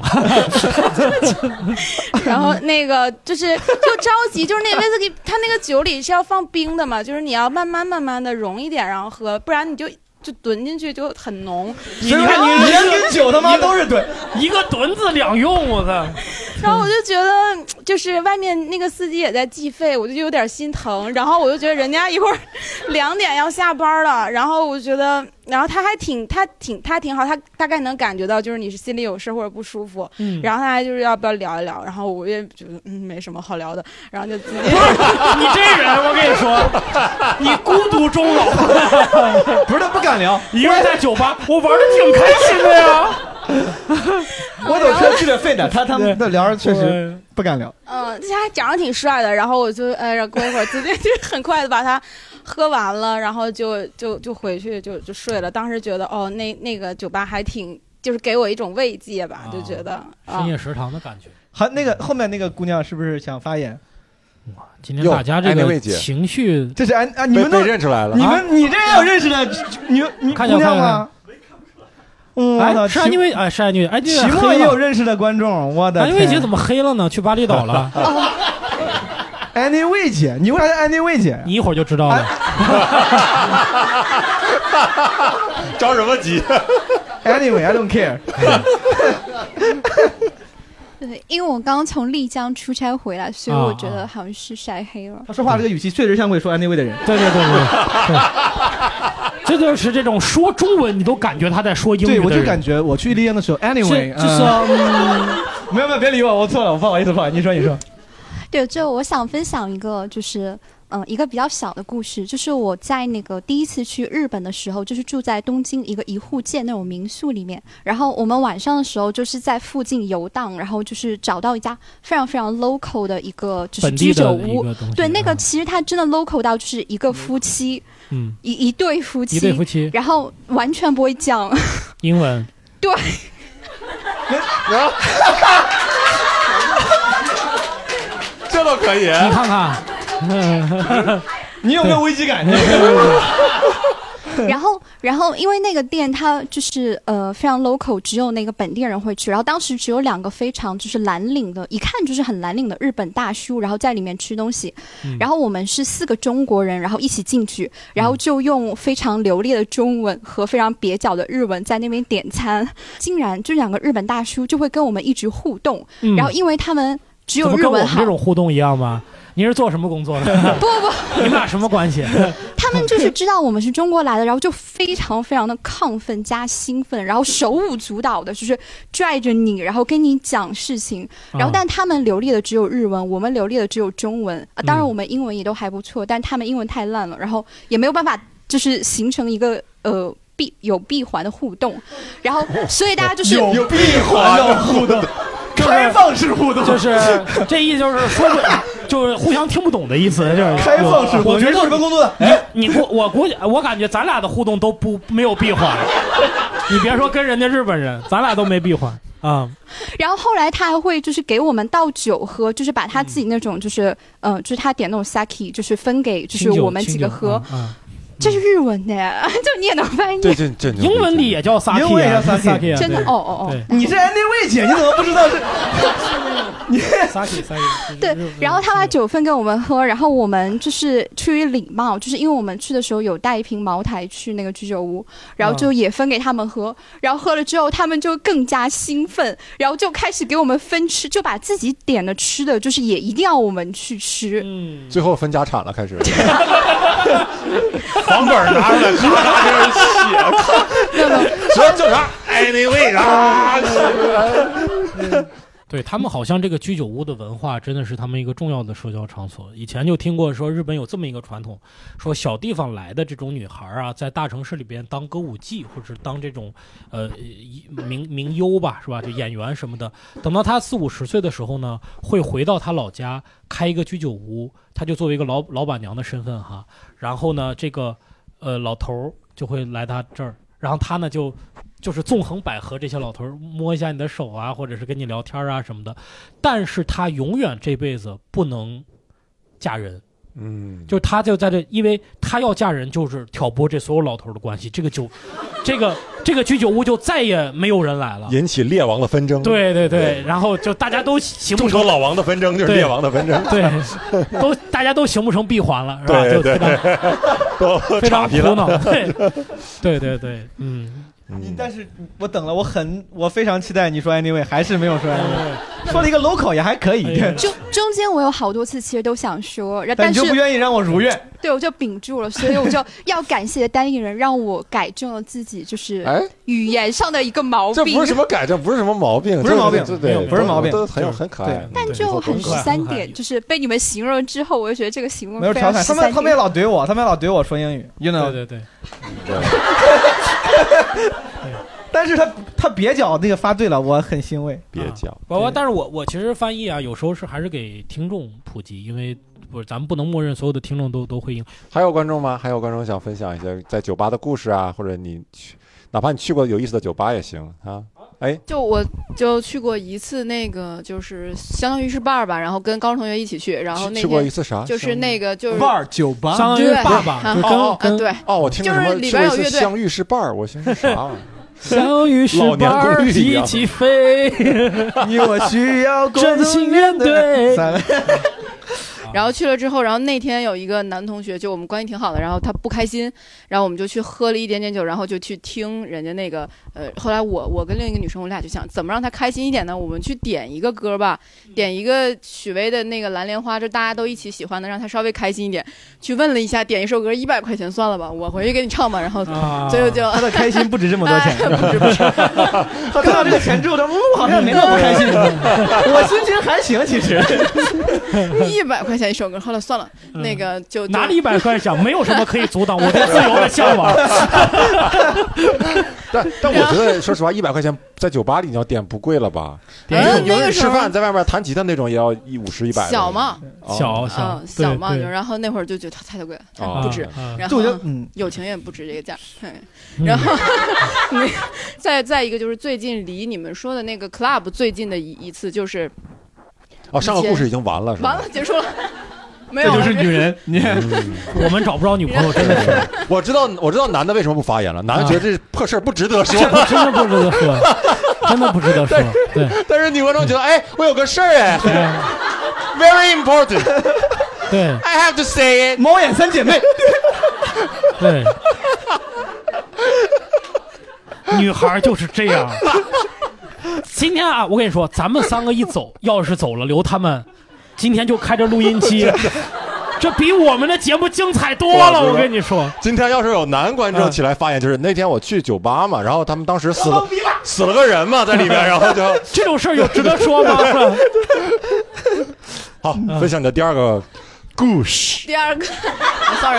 然后那个就着急，就是那威士忌，它那个酒里是要放冰的嘛，就是你要慢慢的融一点，然后喝，不然你就蹲进去就很浓。 你看你人跟酒他妈都是蹲， 一个蹲字2用，我操！ 然后我就觉得，就是外面那个司机也在计费，我就有点心疼。然后我就觉得人家一会儿2点要下班了，然后我觉得，然后他挺好，他大概能感觉到就是你是心里有事或者不舒服，然后他还就是要不要聊一聊，然后我也觉得没什么好聊的，然后就自己。 你这人，我跟你说，你孤独终老。 不是他不敢聊， 一个人在酒吧，我玩的挺开心的呀。 我走车去了费的，他们的聊确实不敢聊。 他还长得挺帅的，然后我就过一会儿直接就很快的把他喝完了，然后就回去就睡了。当时觉得那个酒吧还挺就是给我一种慰藉吧，就觉得深夜食堂的感觉。 还那个后面那个姑娘是不是想发言？ 今天大家这个情绪， 这是你们被认出来了， 你这也有认识的，你看姑娘吗？是安妮薇，是安妮薇， 期末也有认识的观众，我的安妮薇姐怎么黑了呢？去巴厘岛了。 安妮薇姐，你为啥是安妮薇姐？ 你一会儿就知道了。 着什么急 ？Anyway, I don't care 。 对，因为我刚从丽江出差回来，所以我觉得好像是晒黑了。 他说话这个语气确实像会说安妮薇的人。 对。这就是这种说中文你都感觉他在说英语的人。 对，我就感觉我去丽江的时候 ，anyway， 就是没有，别理我，我错了，我不好意思，你说。 对，就我想分享一个，就是一个比较小的故事，就是我在那个第一次去日本的时候，就是住在东京一个一户建那种民宿里面，然后我们晚上的时候就是在附近游荡，然后就是找到一家非常非常 local 的一个就是居酒屋，对，那个其实它真的 local 到就是一个夫妻，一对夫妻，然后完全不会讲英文， 对。 这都可以， 你看看， 你有没有危机感？ 然后，因为那个店它就是非常 local， 只有那个本地人会去。然后当时只有2个非常就是蓝领的，一看就是很蓝领的日本大叔，然后在里面吃东西。然后我们是4个中国人，然后一起进去，然后就用非常流利的中文和非常蹩脚的日文在那边点餐。竟然这2个日本大叔就会跟我们一直互动，然后因为他们只有日文好， 跟我们这种互动一样吗？你是做什么工作的？ 不， 你们俩什么关系？ 他们就是知道我们是中国来的，然后就非常非常的亢奋加兴奋，然后手舞足蹈的，就是拽着你，然后跟你讲事情。然后，但他们流利的只有日文，我们流利的只有中文。当然，我们英文也都还不错，但他们英文太烂了，然后也没有办法，就是形成一个有闭环的互动。然后，所以大家就是有闭环的互动。开放式互动， 就是这意思，就是说就是互相听不懂的意思，就是开放式。 我觉得什么工作的？ 我估计，我感觉咱俩的互动都没有闭环。你别说跟人家日本人，咱俩都没闭环啊。 然后后来他还会就是给我们倒酒喝，就是把他自己那种就是就是他点那种 sake， 就是分给就是我们几个喝。这是日文的，就你也能翻译。 对，这英文里也叫 sake， 英文也叫 sake， 真的哦。 你是 anyway 姐，你怎么不知道是？你 sake 对，然后他把酒分给我们喝，然后我们就是出于礼貌，就是因为我们去的时候有带一瓶茅台去那个居酒屋，然后就也分给他们喝，然后喝了之后他们就更加兴奋，然后就开始给我们分吃，就把自己点的吃的就是也一定要我们去吃。 最后分家产了，开始。 房本拿出来，咔咔给人写，说正常 anyway 啊。 对，他们好像这个居酒屋的文化真的是他们一个重要的社交场所。以前就听过说日本有这么一个传统，说小地方来的这种女孩啊，在大城市里边当歌舞伎或者当这种名优吧，是吧？就演员什么的。等到她40、50岁的时候呢，会回到她老家开一个居酒屋，她就作为一个老板娘的身份哈。然后呢，这个老头就会来她这儿，然后她呢就是纵横捭阖，这些老头摸一下你的手啊，或者是跟你聊天啊什么的，但是他永远这辈子不能嫁人，就是他就在这，因为他要嫁人就是挑拨这所有老头的关系，这个居酒屋就再也没有人来了， 引起列王的纷争。 对，然后就大家都形不成老王的纷争，就是列王的纷争。 对，大家都形不成闭环了，是吧？ 都非常苦恼。对， 但是我等了，我非常期待你说 anyway， 还是没有说 anyway， 说了一个 local 也还可以。 中间我有好多次其实都想说， 但你就不愿意让我如愿。 对，我就屏住了，所以我就要感谢单立人，让我改正了自己就是语言上的一个毛病。 这不是什么改正，不是什么毛病， 不是毛病， 对， 不是毛病， 都很可爱。 但就很13点，就是被你们形容之后，我就觉得这个形容没有调侃。他们也老怼我说英语 ，you know。 对。 但是他蹩脚那个发对了，我很欣慰。 蹩脚， 但是我其实翻译啊，有时候还是给听众普及，因为咱们不能默认所有的听众都会英。 还有观众吗？还有观众想分享一些在酒吧的故事啊，或者哪怕你去过有意思的酒吧也行啊。 哎， 就我就去过一次，那个就是相当于是 bar 吧，然后跟高中同学一起去，然后那去过一次啥？ 就是那个就是 bar 酒吧， 相当于爸爸， 跟对哦，我听着什么里边有乐队， 相遇是 bar， 我寻思啥？ 相遇是 bar， 一起飞， 你我需要真心面对。 然后去了之后，然后那天有一个男同学，就我们关系挺好的，然后他不开心，然后我们就去喝了一点点酒，然后就去听人家那个后来我跟另一个女生，我俩就想怎么让他开心一点呢？我们去点一个歌吧，点一个许巍的那个蓝莲花，就大家都一起喜欢的，让他稍微开心一点。去问了一下，点一首歌100块钱算了吧，我回去给你唱吧。然后最后就他的开心不止这么多钱， 不止。 他看到这个钱之后，他好像没那么开心，我心情还行，其实 100块钱一首歌，后来算了，那个就拿了100块讲，没有什么可以阻挡我对自由的向往。 但我觉得，说实话，100块钱在酒吧里你要点不贵了吧？有人吃饭在外面弹吉他那种也要50、100。 小嘛， 小嘛，然后那会儿就觉得太贵了，不值。然后友情也不值这个价。然后再一个就是最近离你们说的那个 club 最近的一次就是。 上个故事已经完了，是吧？ 完了，结束了。没有， 这就是女人。 我们找不着女朋友，真的是。 我知道男的为什么不发言了，男的觉得这破事儿不值得说， 真的不值得说，真的不值得说。对。 但是女观众觉得，哎，我有个事儿，very important。 对 ，I have to say it。 猫眼三姐妹。 对。女孩就是这样。今天啊，我跟你说，咱们3个一走，要是走了，留他们，今天就开着录音机，这比我们的节目精彩多了。我跟你说， 今天要是有男观众起来发言，就是那天我去酒吧嘛，然后他们当时死了个人嘛在里面，然后就这种事儿有值得说吗？ 好，分享你的第二个故事。 第二个 ，sorry，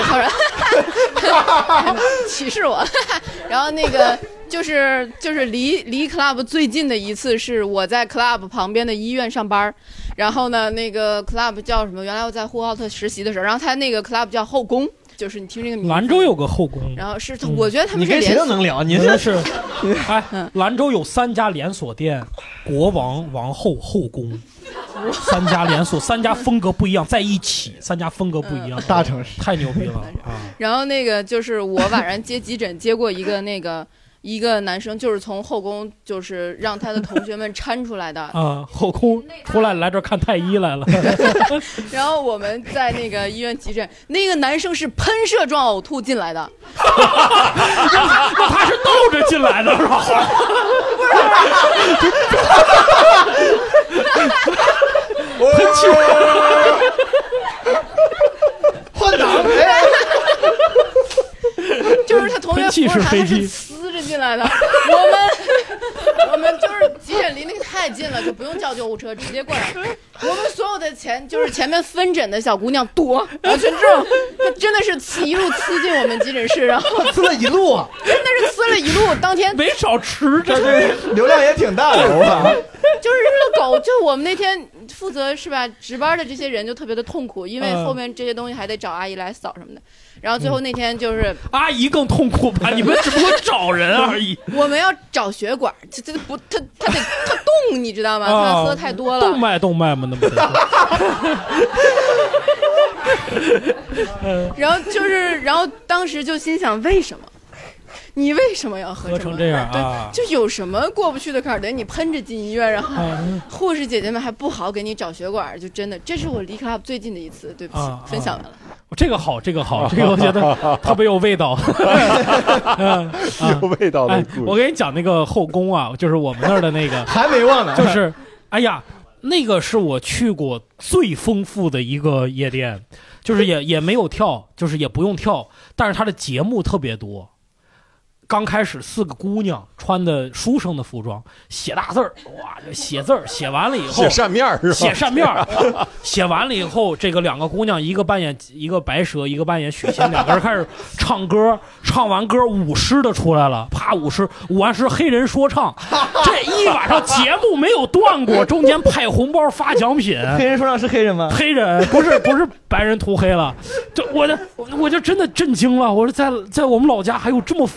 歧视我。然后那个。就是离 club 最近的一次是我在 club 旁边的医院上班，然后呢那个 club 叫什么？原来我在呼和浩特实习的时候，然后他那个 club 叫后宫，就是你听这个名字。 兰州有个后宫， 然后是我觉得他们你跟谁都能聊，你这是。 哎，兰州有3家连锁店，国王、王后、后宫，3家连锁，3家风格不一样，在一起，3家风格不一样， 大城市太牛逼了啊！ 然后那个就是我晚上接急诊接过一个男生，就是从后宫，就是让他的同学们搀出来的啊，后宫出来这儿看太医来了。 然后我们在那个医院急诊，那个男生是喷射状呕吐进来的， 那他是倒着进来的是吧？喷气， 换挡。 就是他同学扶着他是呲着进来的，我们就是急诊离那个太近了，就不用叫救护车，直接过来。我们所有的就是前面分诊的小姑娘躲，完全这种，他真的是一路呲进我们急诊室，然后呲了一路啊， 真的是呲了一路。当天没少吃， 这流量也挺大的， 就是热狗，就我们那天负责是吧值班的这些人就特别的痛苦，因为后面这些东西还得找阿姨来扫什么的。然后最后那天就是阿姨更痛苦吧？你们只不过找人而已。 我们要找血管，这不他动，你知道吗？他喝太多了。 动脉嘛，那不得。 然后当时就心想，为什么？你为什么要喝成这样啊？就有什么过不去的坎儿？等于你喷着进医院，然后护士姐姐们还不好给你找血管，就真的，这是我离 club 最近的一次。对不起，分享完了。 这个好，这个我觉得特别有味道， 有味道的故事。 我给你讲那个后宫啊，就是我们那儿的那个， 还没忘呢。 就是，哎呀，那个是我去过最丰富的一个夜店，就是也没有跳，就是也不用跳，但是它的节目特别多。刚开始4个姑娘穿的书生的服装，写大字儿，哇，写字儿，写完了以后写扇面是吧？ 写扇面，写完了以后，这个2个姑娘，一个扮演一个白蛇，一个扮演许仙，2个人开始唱歌，唱完歌舞狮的出来了，啪舞完狮黑人说唱，这一晚上节目没有断过，中间派红包发奖品。 黑人说唱是黑人吗？ 黑人不是白人涂黑了，我就真的震惊了，我说在我们老家还有这么丰富的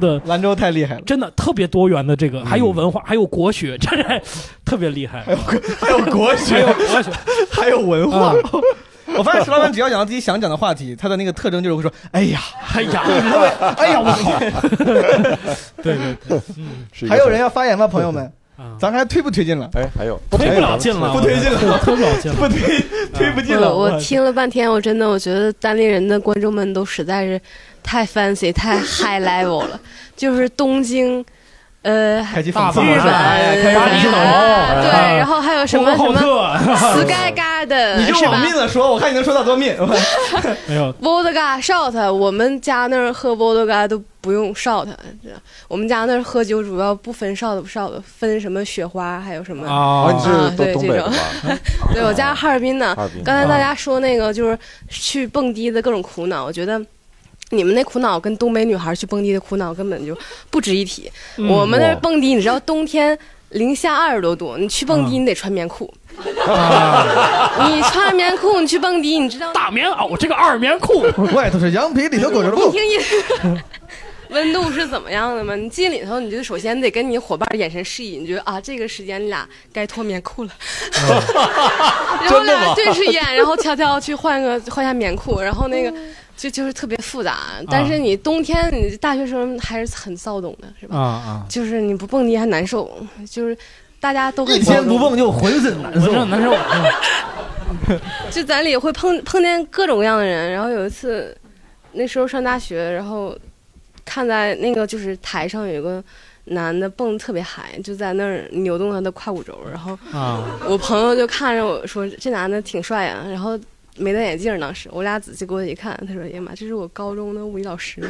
的兰州太厉害了， 真的特别多元的这个，还有文化，还有国学，真的特别厉害。 还有国学， 还有国学， 还有文化。我发现石老板只要讲到自己想讲的话题，他的那个特征就是会说：“哎呀， 哎呀， 哎呀，我靠！” 对， 还有人要发言吗，朋友们？咱还推不推进了？ 哎，还有推不了进了， 不推进了， 推不了进了， 不推不进了。 我听了半天，我真的我觉得单立人的观众们都实在是太 fancy 太 high level 了，就是东京。 开启大阪、 日本、 巴厘岛， 对，然后还有什么 Sky Garden， 你就往命了说，我看你能说到多命。 没有 Vodka shot， 我们家那儿喝 Vodka 都不用 shot， 我们家那儿喝酒主要不分 shot 不 shot， 分什么雪花，还有什么你是对东北的吧？ 对，我家哈尔滨的。刚才大家说那个就是去蹦迪的各种苦恼，我觉得。你们那苦恼跟东北女孩去蹦迪的苦恼根本就不值一提。我们那蹦迪，你知道冬天-20多度，你去蹦迪你得穿棉裤。你穿棉裤你去蹦迪，你知道大棉袄这个二棉裤， 外头是羊皮，里头裹着布。 你听温度是怎么样的吗？你进里头，你就首先得跟你伙伴眼神示意，你觉得啊，这个时间你俩该脱棉裤了，然后俩对视一眼，然后悄悄去换下棉裤，然后那个。就是特别复杂，但是你冬天你大学生还是很躁动的，是吧？就是你不蹦迪还难受，就是大家都一天不蹦就浑身难受。 就咱里会碰见各种各样的人，然后有一次，那时候上大学，然后看在那个就是台上有个男的蹦得特别嗨，就在那儿扭动他的胯骨轴，然后我朋友就看着我说这男的挺帅啊，然后。没戴眼镜，当时我俩仔细过去一看，他说：“哎呀妈，这是我高中的物理老师。”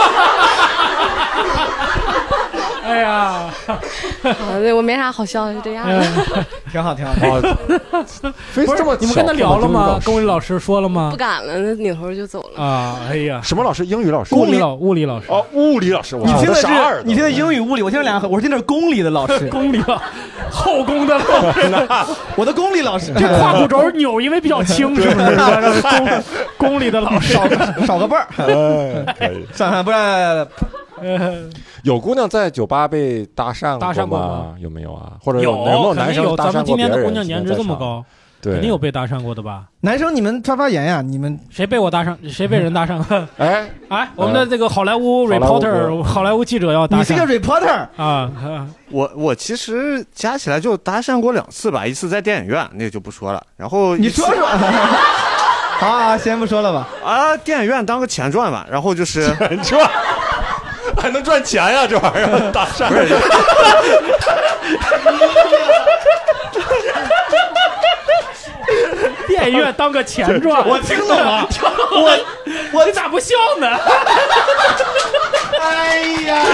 哎呀， 对我没啥好笑的，就这样。 挺好。 不是你们跟他聊了吗？跟物理老师说了吗？ 不敢了，那扭头就走了。 啊，哎呀， 什么老师？英语老师？ 物理老师。 哦，物理老师。 你听的是你听的英语物理，我听的两个，我是听的是公理的老师。 公理后宫的老师， 我的公理老师。 这胯骨轴扭，因为比较轻，是不是？公理的老师少个伴儿。可以。不然。 有姑娘在酒吧被搭讪过吗？有没有啊？或者有没有男生搭讪过别人？ 咱们今年的姑娘颜值这么高， 对， 肯定有被搭讪过的吧？ 男生你们发言呀！你们谁被我搭讪？谁被人搭讪？ 哎， 我们的这个好莱坞 reporter， 好莱坞记者要搭讪。 你是个 reporter 啊？ 我其实加起来就搭讪过2次吧，一次在电影院，那个就不说了。然后你说。好，先不说了吧。 电影院当个前传吧，然后就是前传。还能赚钱呀，这玩意儿搭讪。 电影院当个前传， 我听懂了。 你咋不笑呢？ 哎呀！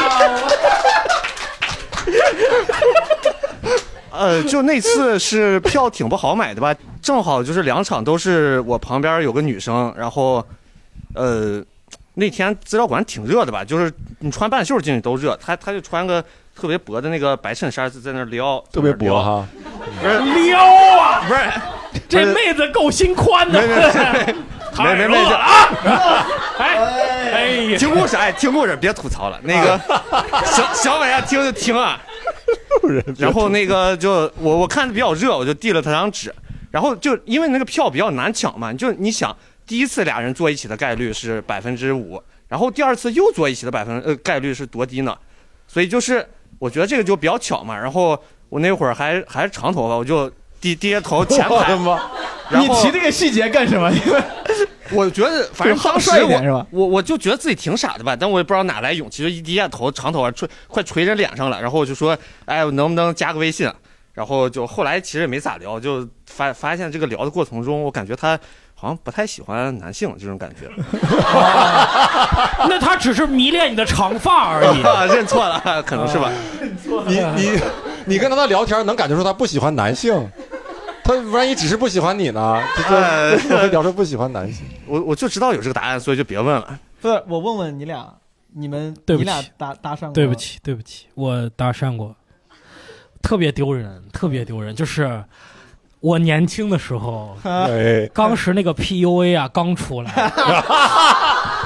就那次是票挺不好买的吧，正好就是2场都是我旁边有个女生，然后那天资料馆挺热的吧，就是你穿半袖进去都热，他就穿个特别薄的那个白衬衫，在那撩， 特别薄哈， 不是撩啊， 不是， 这妹子够心宽的， 没啊，哎呀， 听故事，别吐槽了，那个小伟啊，听就听啊，然后那个就我看的比较热，我就递了他张纸，然后就因为那个票比较难抢嘛，就你想。第一次俩人坐一起的概率是5%，然后第二次又坐一起的概率是多低呢？所以就是我觉得这个就比较巧嘛。然后我那会儿还是长头发，我就低着头前排。 你提这个细节干什么？因为我觉得反正当时我就觉得自己挺傻的吧，但我也不知道哪来勇气，就一低下头，长头发快垂着脸上了，然后我就说，哎，我能不能加个微信？然后就后来其实也没咋聊，就发现这个聊的过程中，我感觉他。好像不太喜欢男性这种感觉， 那他只是迷恋你的长发而已。 认错了，可能是吧。 你跟他聊天能感觉出他不喜欢男性，他万一只是不喜欢你呢？聊说不喜欢男性， 我就知道有这个答案，所以就别问了。 不是，我问问你俩，你们俩搭讪过？ 对不起，我搭讪过，特别丢人，就是。我年轻的时候，当时那个 PUA 啊刚出来，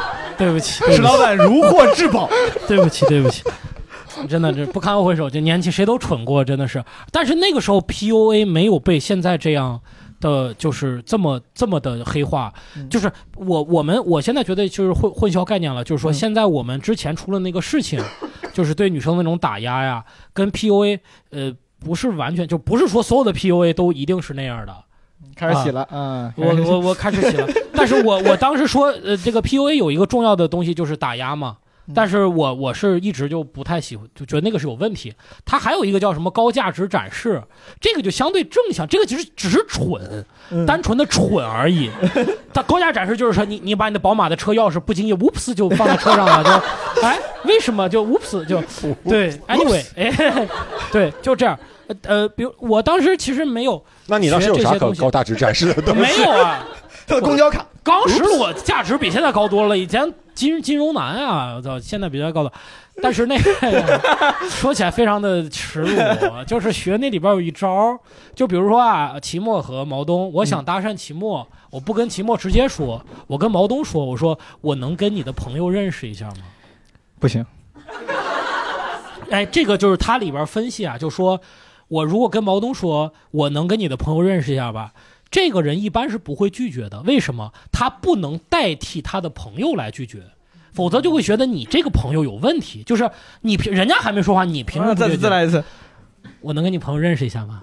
对不起， 石老板如获至宝， 对不起，真的这不堪回首，这年轻谁都蠢过，真的是。但是那个时候 PUA 没有被现在这样的就是这么的黑化，就是我现在觉得就是混淆概念了，就是说现在我们之前出了那个事情，就是对女生那种打压呀，跟 PUA 不是完全就不是说所有的 PUA 都一定是那样的。 开始洗了我开始洗了，但是我当时说这个 PUA 有一个重要的东西就是打压嘛。但是我是一直就不太喜欢，就觉得那个是有问题。它还有一个叫什么高价值展示，这个就相对正向，这个其实只是蠢，单纯的蠢而已。它高价展示就是说你把你的宝马的车钥匙不经意 whoops 就放在车上了，就为什么就 whoops 就对 anyway 对就这样。比如我当时其实没有， 那你当时有啥可高价值展示的东西？ 没有啊， 特公交卡。 当时我价值比现在高多了，以前金融男啊，我操，现在比较高的。但是那个说起来非常的耻辱，就是学那里边有一招，就比如说啊，齐墨和毛东，我想搭讪齐墨，我不跟齐墨直接说，我跟毛东说，我说我能跟你的朋友认识一下吗？ 不行。 哎，这个就是他里边分析啊，就说我如果跟毛东说我能跟你的朋友认识一下吧，这个人一般是不会拒绝的。为什么？他不能代替他的朋友来拒绝，否则就会觉得你这个朋友有问题。就是人家还没说话，你凭什么拒绝？ 再来一次。 我能跟你朋友认识一下吗？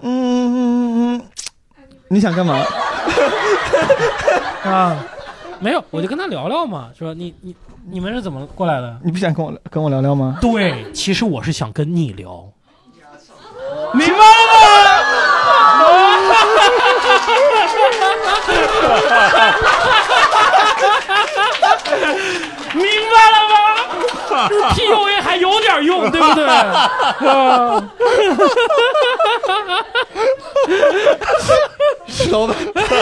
你想干嘛？ 啊，没有，我就跟他聊聊嘛，说你们是怎么过来的？ 你不想跟我聊聊吗？ 对，其实我是想跟你聊。明白了吗？明白了吗 ？PUA 还有点用，对不对？ 石老板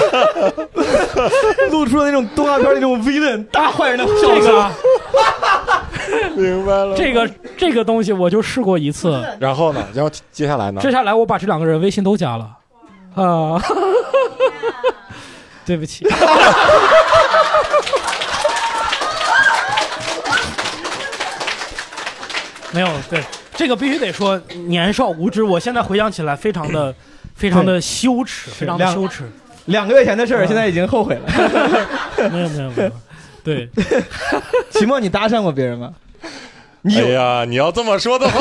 露出了那种动画片那种 villain 大坏人的笑声。 明白了。 这个东西我就试过一次。 然后呢？然后接下来呢？ 接下来我把这两个人微信都加了。啊，对不起。没有，对，这个必须得说年少无知。我现在回想起来，非常的羞耻，非常的羞耻。 2个月前的事儿，现在已经后悔了。 没有。对， 齐墨，你搭讪过别人吗？ 哎呀，你要这么说的话，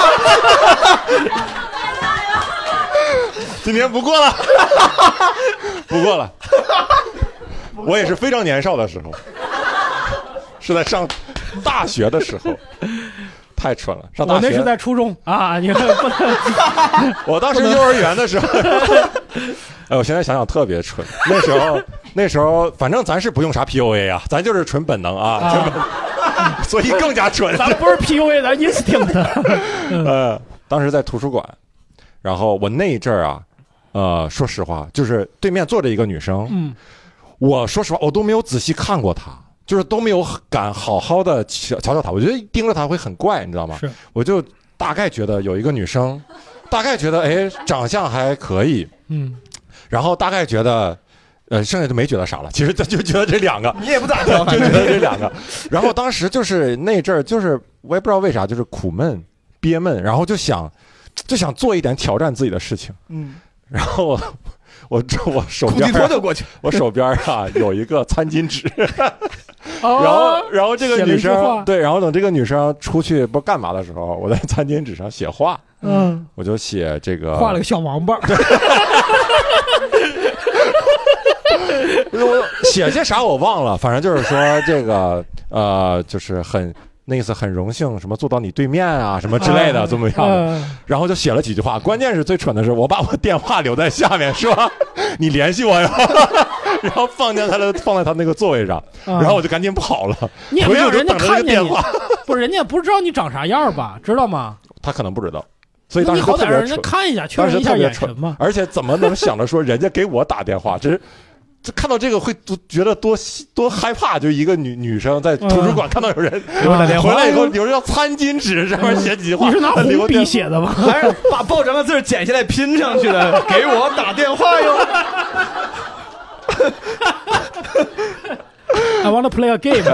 今天不过了，不过了。我也是非常年少的时候，是在上大学的时候。太蠢了！上大学我那是在初中啊，你看不能。 我当时幼儿园的时候，哎，我现在想想特别蠢。那时候，反正咱是不用啥 PUA 啊，咱就是纯本能啊，纯本能，所以更加蠢。 咱不是 PUA， 咱 instinct。 当时在图书馆，然后我那一阵儿啊，说实话，就是对面坐着一个女生，我说实话，我都没有仔细看过她。就是都没有敢好好的瞧瞧她，我觉得盯着她会很怪，你知道吗？ 是， 我就大概觉得有一个女生，大概觉得哎长相还可以，然后大概觉得，剩下就没觉得啥了，其实就觉得这2个， 你也不咋挑， 就觉得这2个，然后当时就是那阵儿，就是我也不知道为啥，就是苦闷憋闷，然后就想做一点挑战自己的事情，然后我手边就过去， 我手边啊有一个餐巾纸。然后这个女生对，然后等这个女生出去不知道干嘛的时候，我在餐巾纸上写话，我就写这个画了个小王八， 我写些啥我忘了，反正就是说这个就是那意思很荣幸什么坐到你对面啊什么之类的，怎么样的，然后就写了几句话，关键是最蠢的是我把我电话留在下面，说你联系我呀。然后放在他那个座位上，然后我就赶紧跑了。 你也没有人家看见你， 不是人家不知道你长啥样吧？知道吗？ 他可能不知道，所以当时你好歹让人家看一下，确认一下眼神嘛。 而且怎么能想着说人家给我打电话？这看到这个会觉得多害怕，就一个女生在图书馆看到有人给我打电话， 回来以后有人要餐巾纸上面写几句话， 你是拿红笔写的吗？ 还是把报章的字剪下来拼上去的？给我打电话哟！ I want to play a game。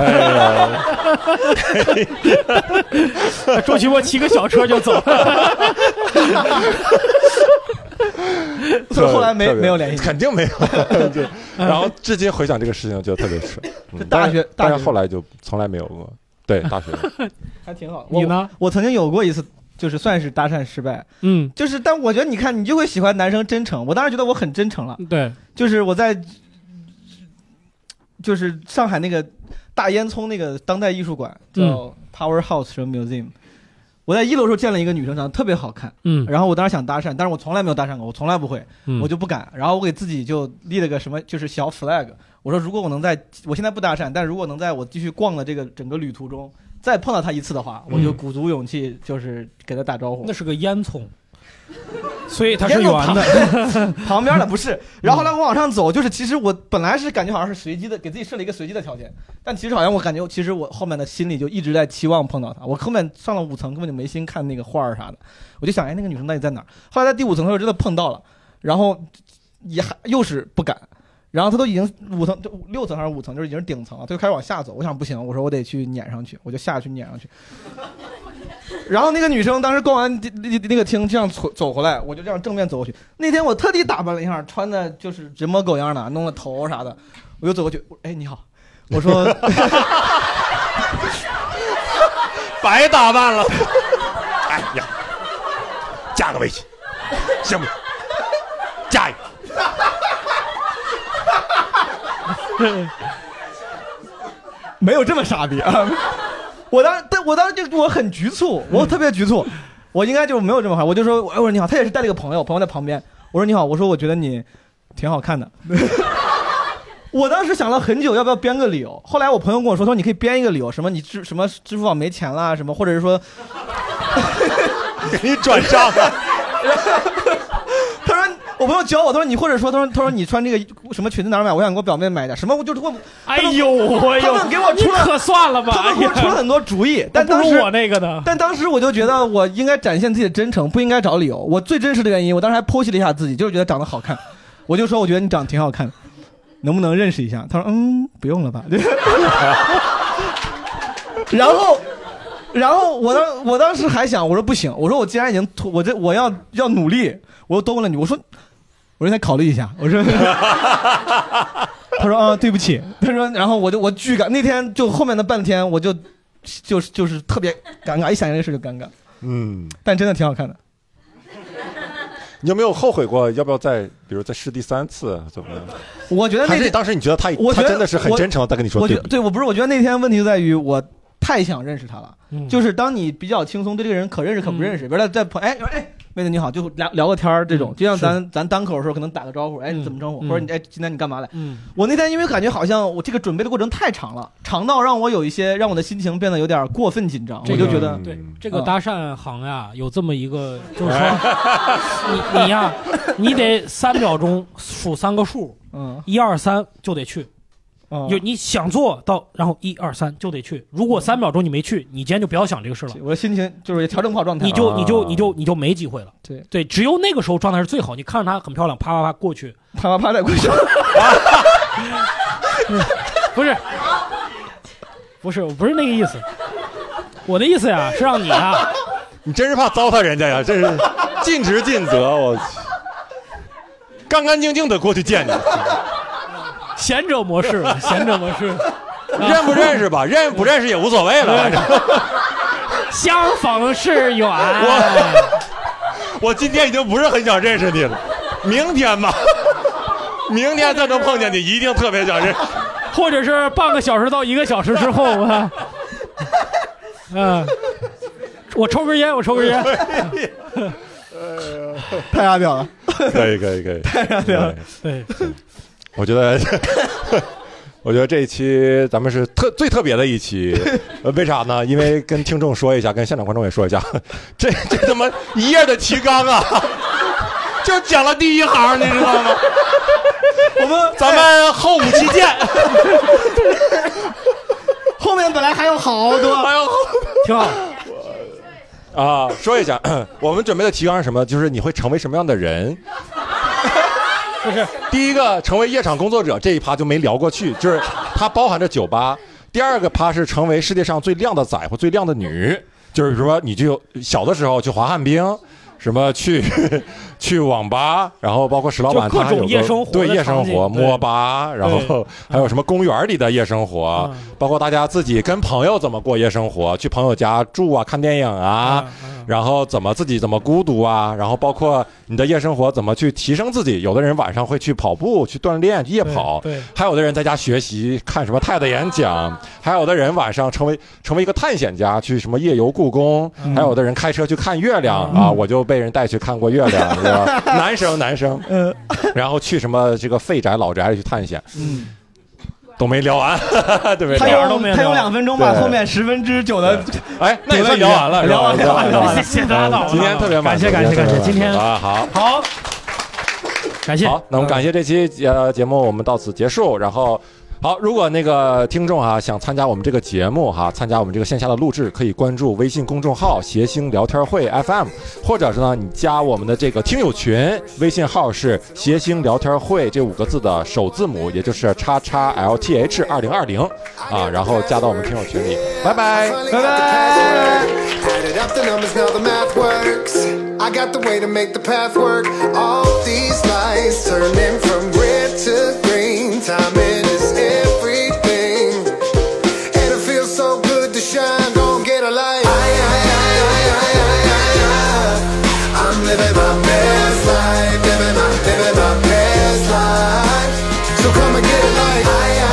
周奇墨骑个小车就走了。 所以后来没有联系， 肯定没有。然后至今回想这个事情，觉得特别蠢。 大学后来就从来没有过。对，大学还挺好。 你呢？ 我曾经有过一次，就是算是搭讪失败。就是但我觉得你看，你就会喜欢男生真诚。我当时觉得我很真诚了。 对， 就是我在，就是上海那个大烟囱那个当代艺术馆叫 Powerhouse 什么 Museum。我在1楼的时候见了一个女生，长得特别好看，然后我当时想搭讪，但是我从来没有搭讪过，我从来不会，我就不敢，然后我给自己就立了个什么，就是小 flag， 我说如果我能我现在不搭讪，但如果能在我继续逛的这个整个旅途中再碰到她一次的话，我就鼓足勇气，就是给她打招呼。 那是个烟囱。所以它是圆的， 旁边的不是。然后后来我往上走，就是其实我本来是感觉好像是随机的，给自己设了一个随机的条件，但其实好像我感觉，其实我后面的心里就一直在期望碰到她。我后面上了5层，根本就没心看那个画啥的，我就想，哎，那个女生到底在哪儿？后来在第5层的时候真的碰到了，然后又是不敢。然后他都已经6层还是5层，就是已经是顶层了，他就开始往下走。我想不行，我说我得去撵上去，我就下去撵上去。然后那个女生当时逛完那个厅这样走回来，我就这样正面走过去。那天我特地打扮了一下，穿的就是人模狗样的，弄了头啥的，我就走过去，哎，你好，我说白打扮了。哎呀，加个微信，行不？加一个。 没有这么傻逼啊！我当时就我很局促，我特别局促，我应该就没有这么好，我就说，我说你好，他也是带了一个朋友在旁边，我说你好，我说我觉得你挺好看的。我当时想了很久，要不要编个理由？后来我朋友跟我说你可以编一个理由，什么你什么支付宝没钱啦，什么或者是说给你转账啊。 他说我朋友教我，他说你或者说他说你穿这个什么裙子哪儿买？我想给我表妹买点什么，我就问。 哎呦， 他们给我出了， 可算了吧， 他们给我出了很多主意，但当时我那个呢， 但当时我就觉得我应该展现自己的真诚，不应该找理由。我最真实的原因，我当时还剖析了一下自己，就是觉得长得好看，我就说我觉得你长得挺好看的，能不能认识一下？他说不用了吧。然后我当时还想，我说不行，我说我既然已经我要努力，我又多问了你，我说再考虑一下，我说他说对不起，他说，然后我巨尴，那天就后面的半天我就是特别尴尬，一想这个事就尴尬，但真的挺好看的。 你有没有后悔过？要不要比如再试第3次？怎么样？ 我觉得还是当时你觉得他真的是很真诚，他跟你说对。 我觉得那天问题就在于我太想认识他了，就是当你比较轻松，对这个人可认识可不认识，比如在妹子你好，就聊个天这种，就像咱单口的时候可能打个招呼，你怎么称呼，或者你今天你干嘛来？我那天因为感觉好像我这个准备的过程太长了，长到让我的心情变得有点过分紧张，我就觉得对这个搭讪行呀，有这么一个，就是说你呀，你得3秒钟数3个数，1、2、3就得去。就你想做到，然后1、2、3就得去。如果3秒钟你没去，你今天就不要想这个事了。 我的心情就是调整不好状态， 你就没机会了。对，只有那个时候状态是最好。你看着她很漂亮，啪啪啪过去， 啪啪啪再过去。 不是那个意思。我的意思呀，是让你啊， 你真是怕糟蹋人家呀，这是尽职尽责，我干干净净的过去见你。 贤者模式， 认不认识吧？认不认识也无所谓了，反正相逢是缘。 我今天已经不是很想认识你了，明天吧，明天再能碰见你，一定特别想认识， 或者是半个小时到1个小时之后啊。我抽根烟。 太阿表了， 可以， 太阿表了， 对。 我觉得这一期咱们是最特别的一期，为啥呢？因为跟听众说一下，跟现场观众也说一下，这他妈1页的提纲啊，就讲了第1行，你知道吗？咱们后5期见。 后面本来还有好多， 挺好。 说一下，我们准备的提纲是什么？就是你会成为什么样的人？ 不是第一个成为夜场工作者，这一趴就没聊过去，就是它包含着酒吧。第二个趴是成为世界上最靓的仔或最靓的女，就是说你就小的时候去滑旱冰，什么去网吧，然后包括石老板他还有夜生活， 对夜生活摸吧，然后还有什么公园里的夜生活，包括大家自己跟朋友怎么过夜生活，去朋友家住啊，看电影啊，然后自己怎么孤独啊，然后包括你的夜生活怎么去提升自己。有的人晚上会去跑步去锻炼夜跑， 对， 还有的人在家学习看什么TED演讲，还有的人晚上成为一个探险家去什么夜游故宫，还有的人开车去看月亮啊，我就被人带去看过月亮，是吧？男生，然后去什么这个废宅老宅里去探险，都没聊完，对不对？ 他用2分钟把后面9%的， 哎，那也算聊完了， 聊完，谢谢大家， 今天特别感谢，今天好， 感谢。 好，那我们感谢这期节目，我们到此结束，然后。好，如果那个听众想参加我们这个节目参加我们这个线下的录制，可以关注微信公众号谐星聊天会 FM， 或者是呢你加我们的这个听友群，微信号是谐星聊天会这5个字的首字母，也就是XXLTH2020啊，然后加到我们听友群里，拜拜，拜拜。I got the way to make the path work. All these lights turning from red to green. Timing is everything, and it feels so good to shine. Gon' get a light. I'm living my best life, living my best life. So come and get a light.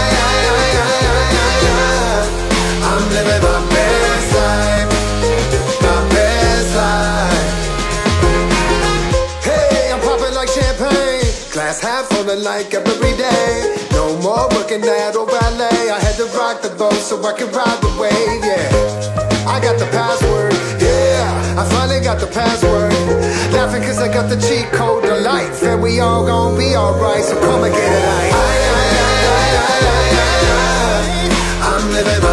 I'm living my best life, my best life. Glass half full of like every day. No more working at old ballet. I had to rock the boat so I could ride the wave, yeah. I got the password, yeah. I finally got the password. Laughing cause I got the cheat code to life. And we all gon' be alright, so come and get it like I'm living my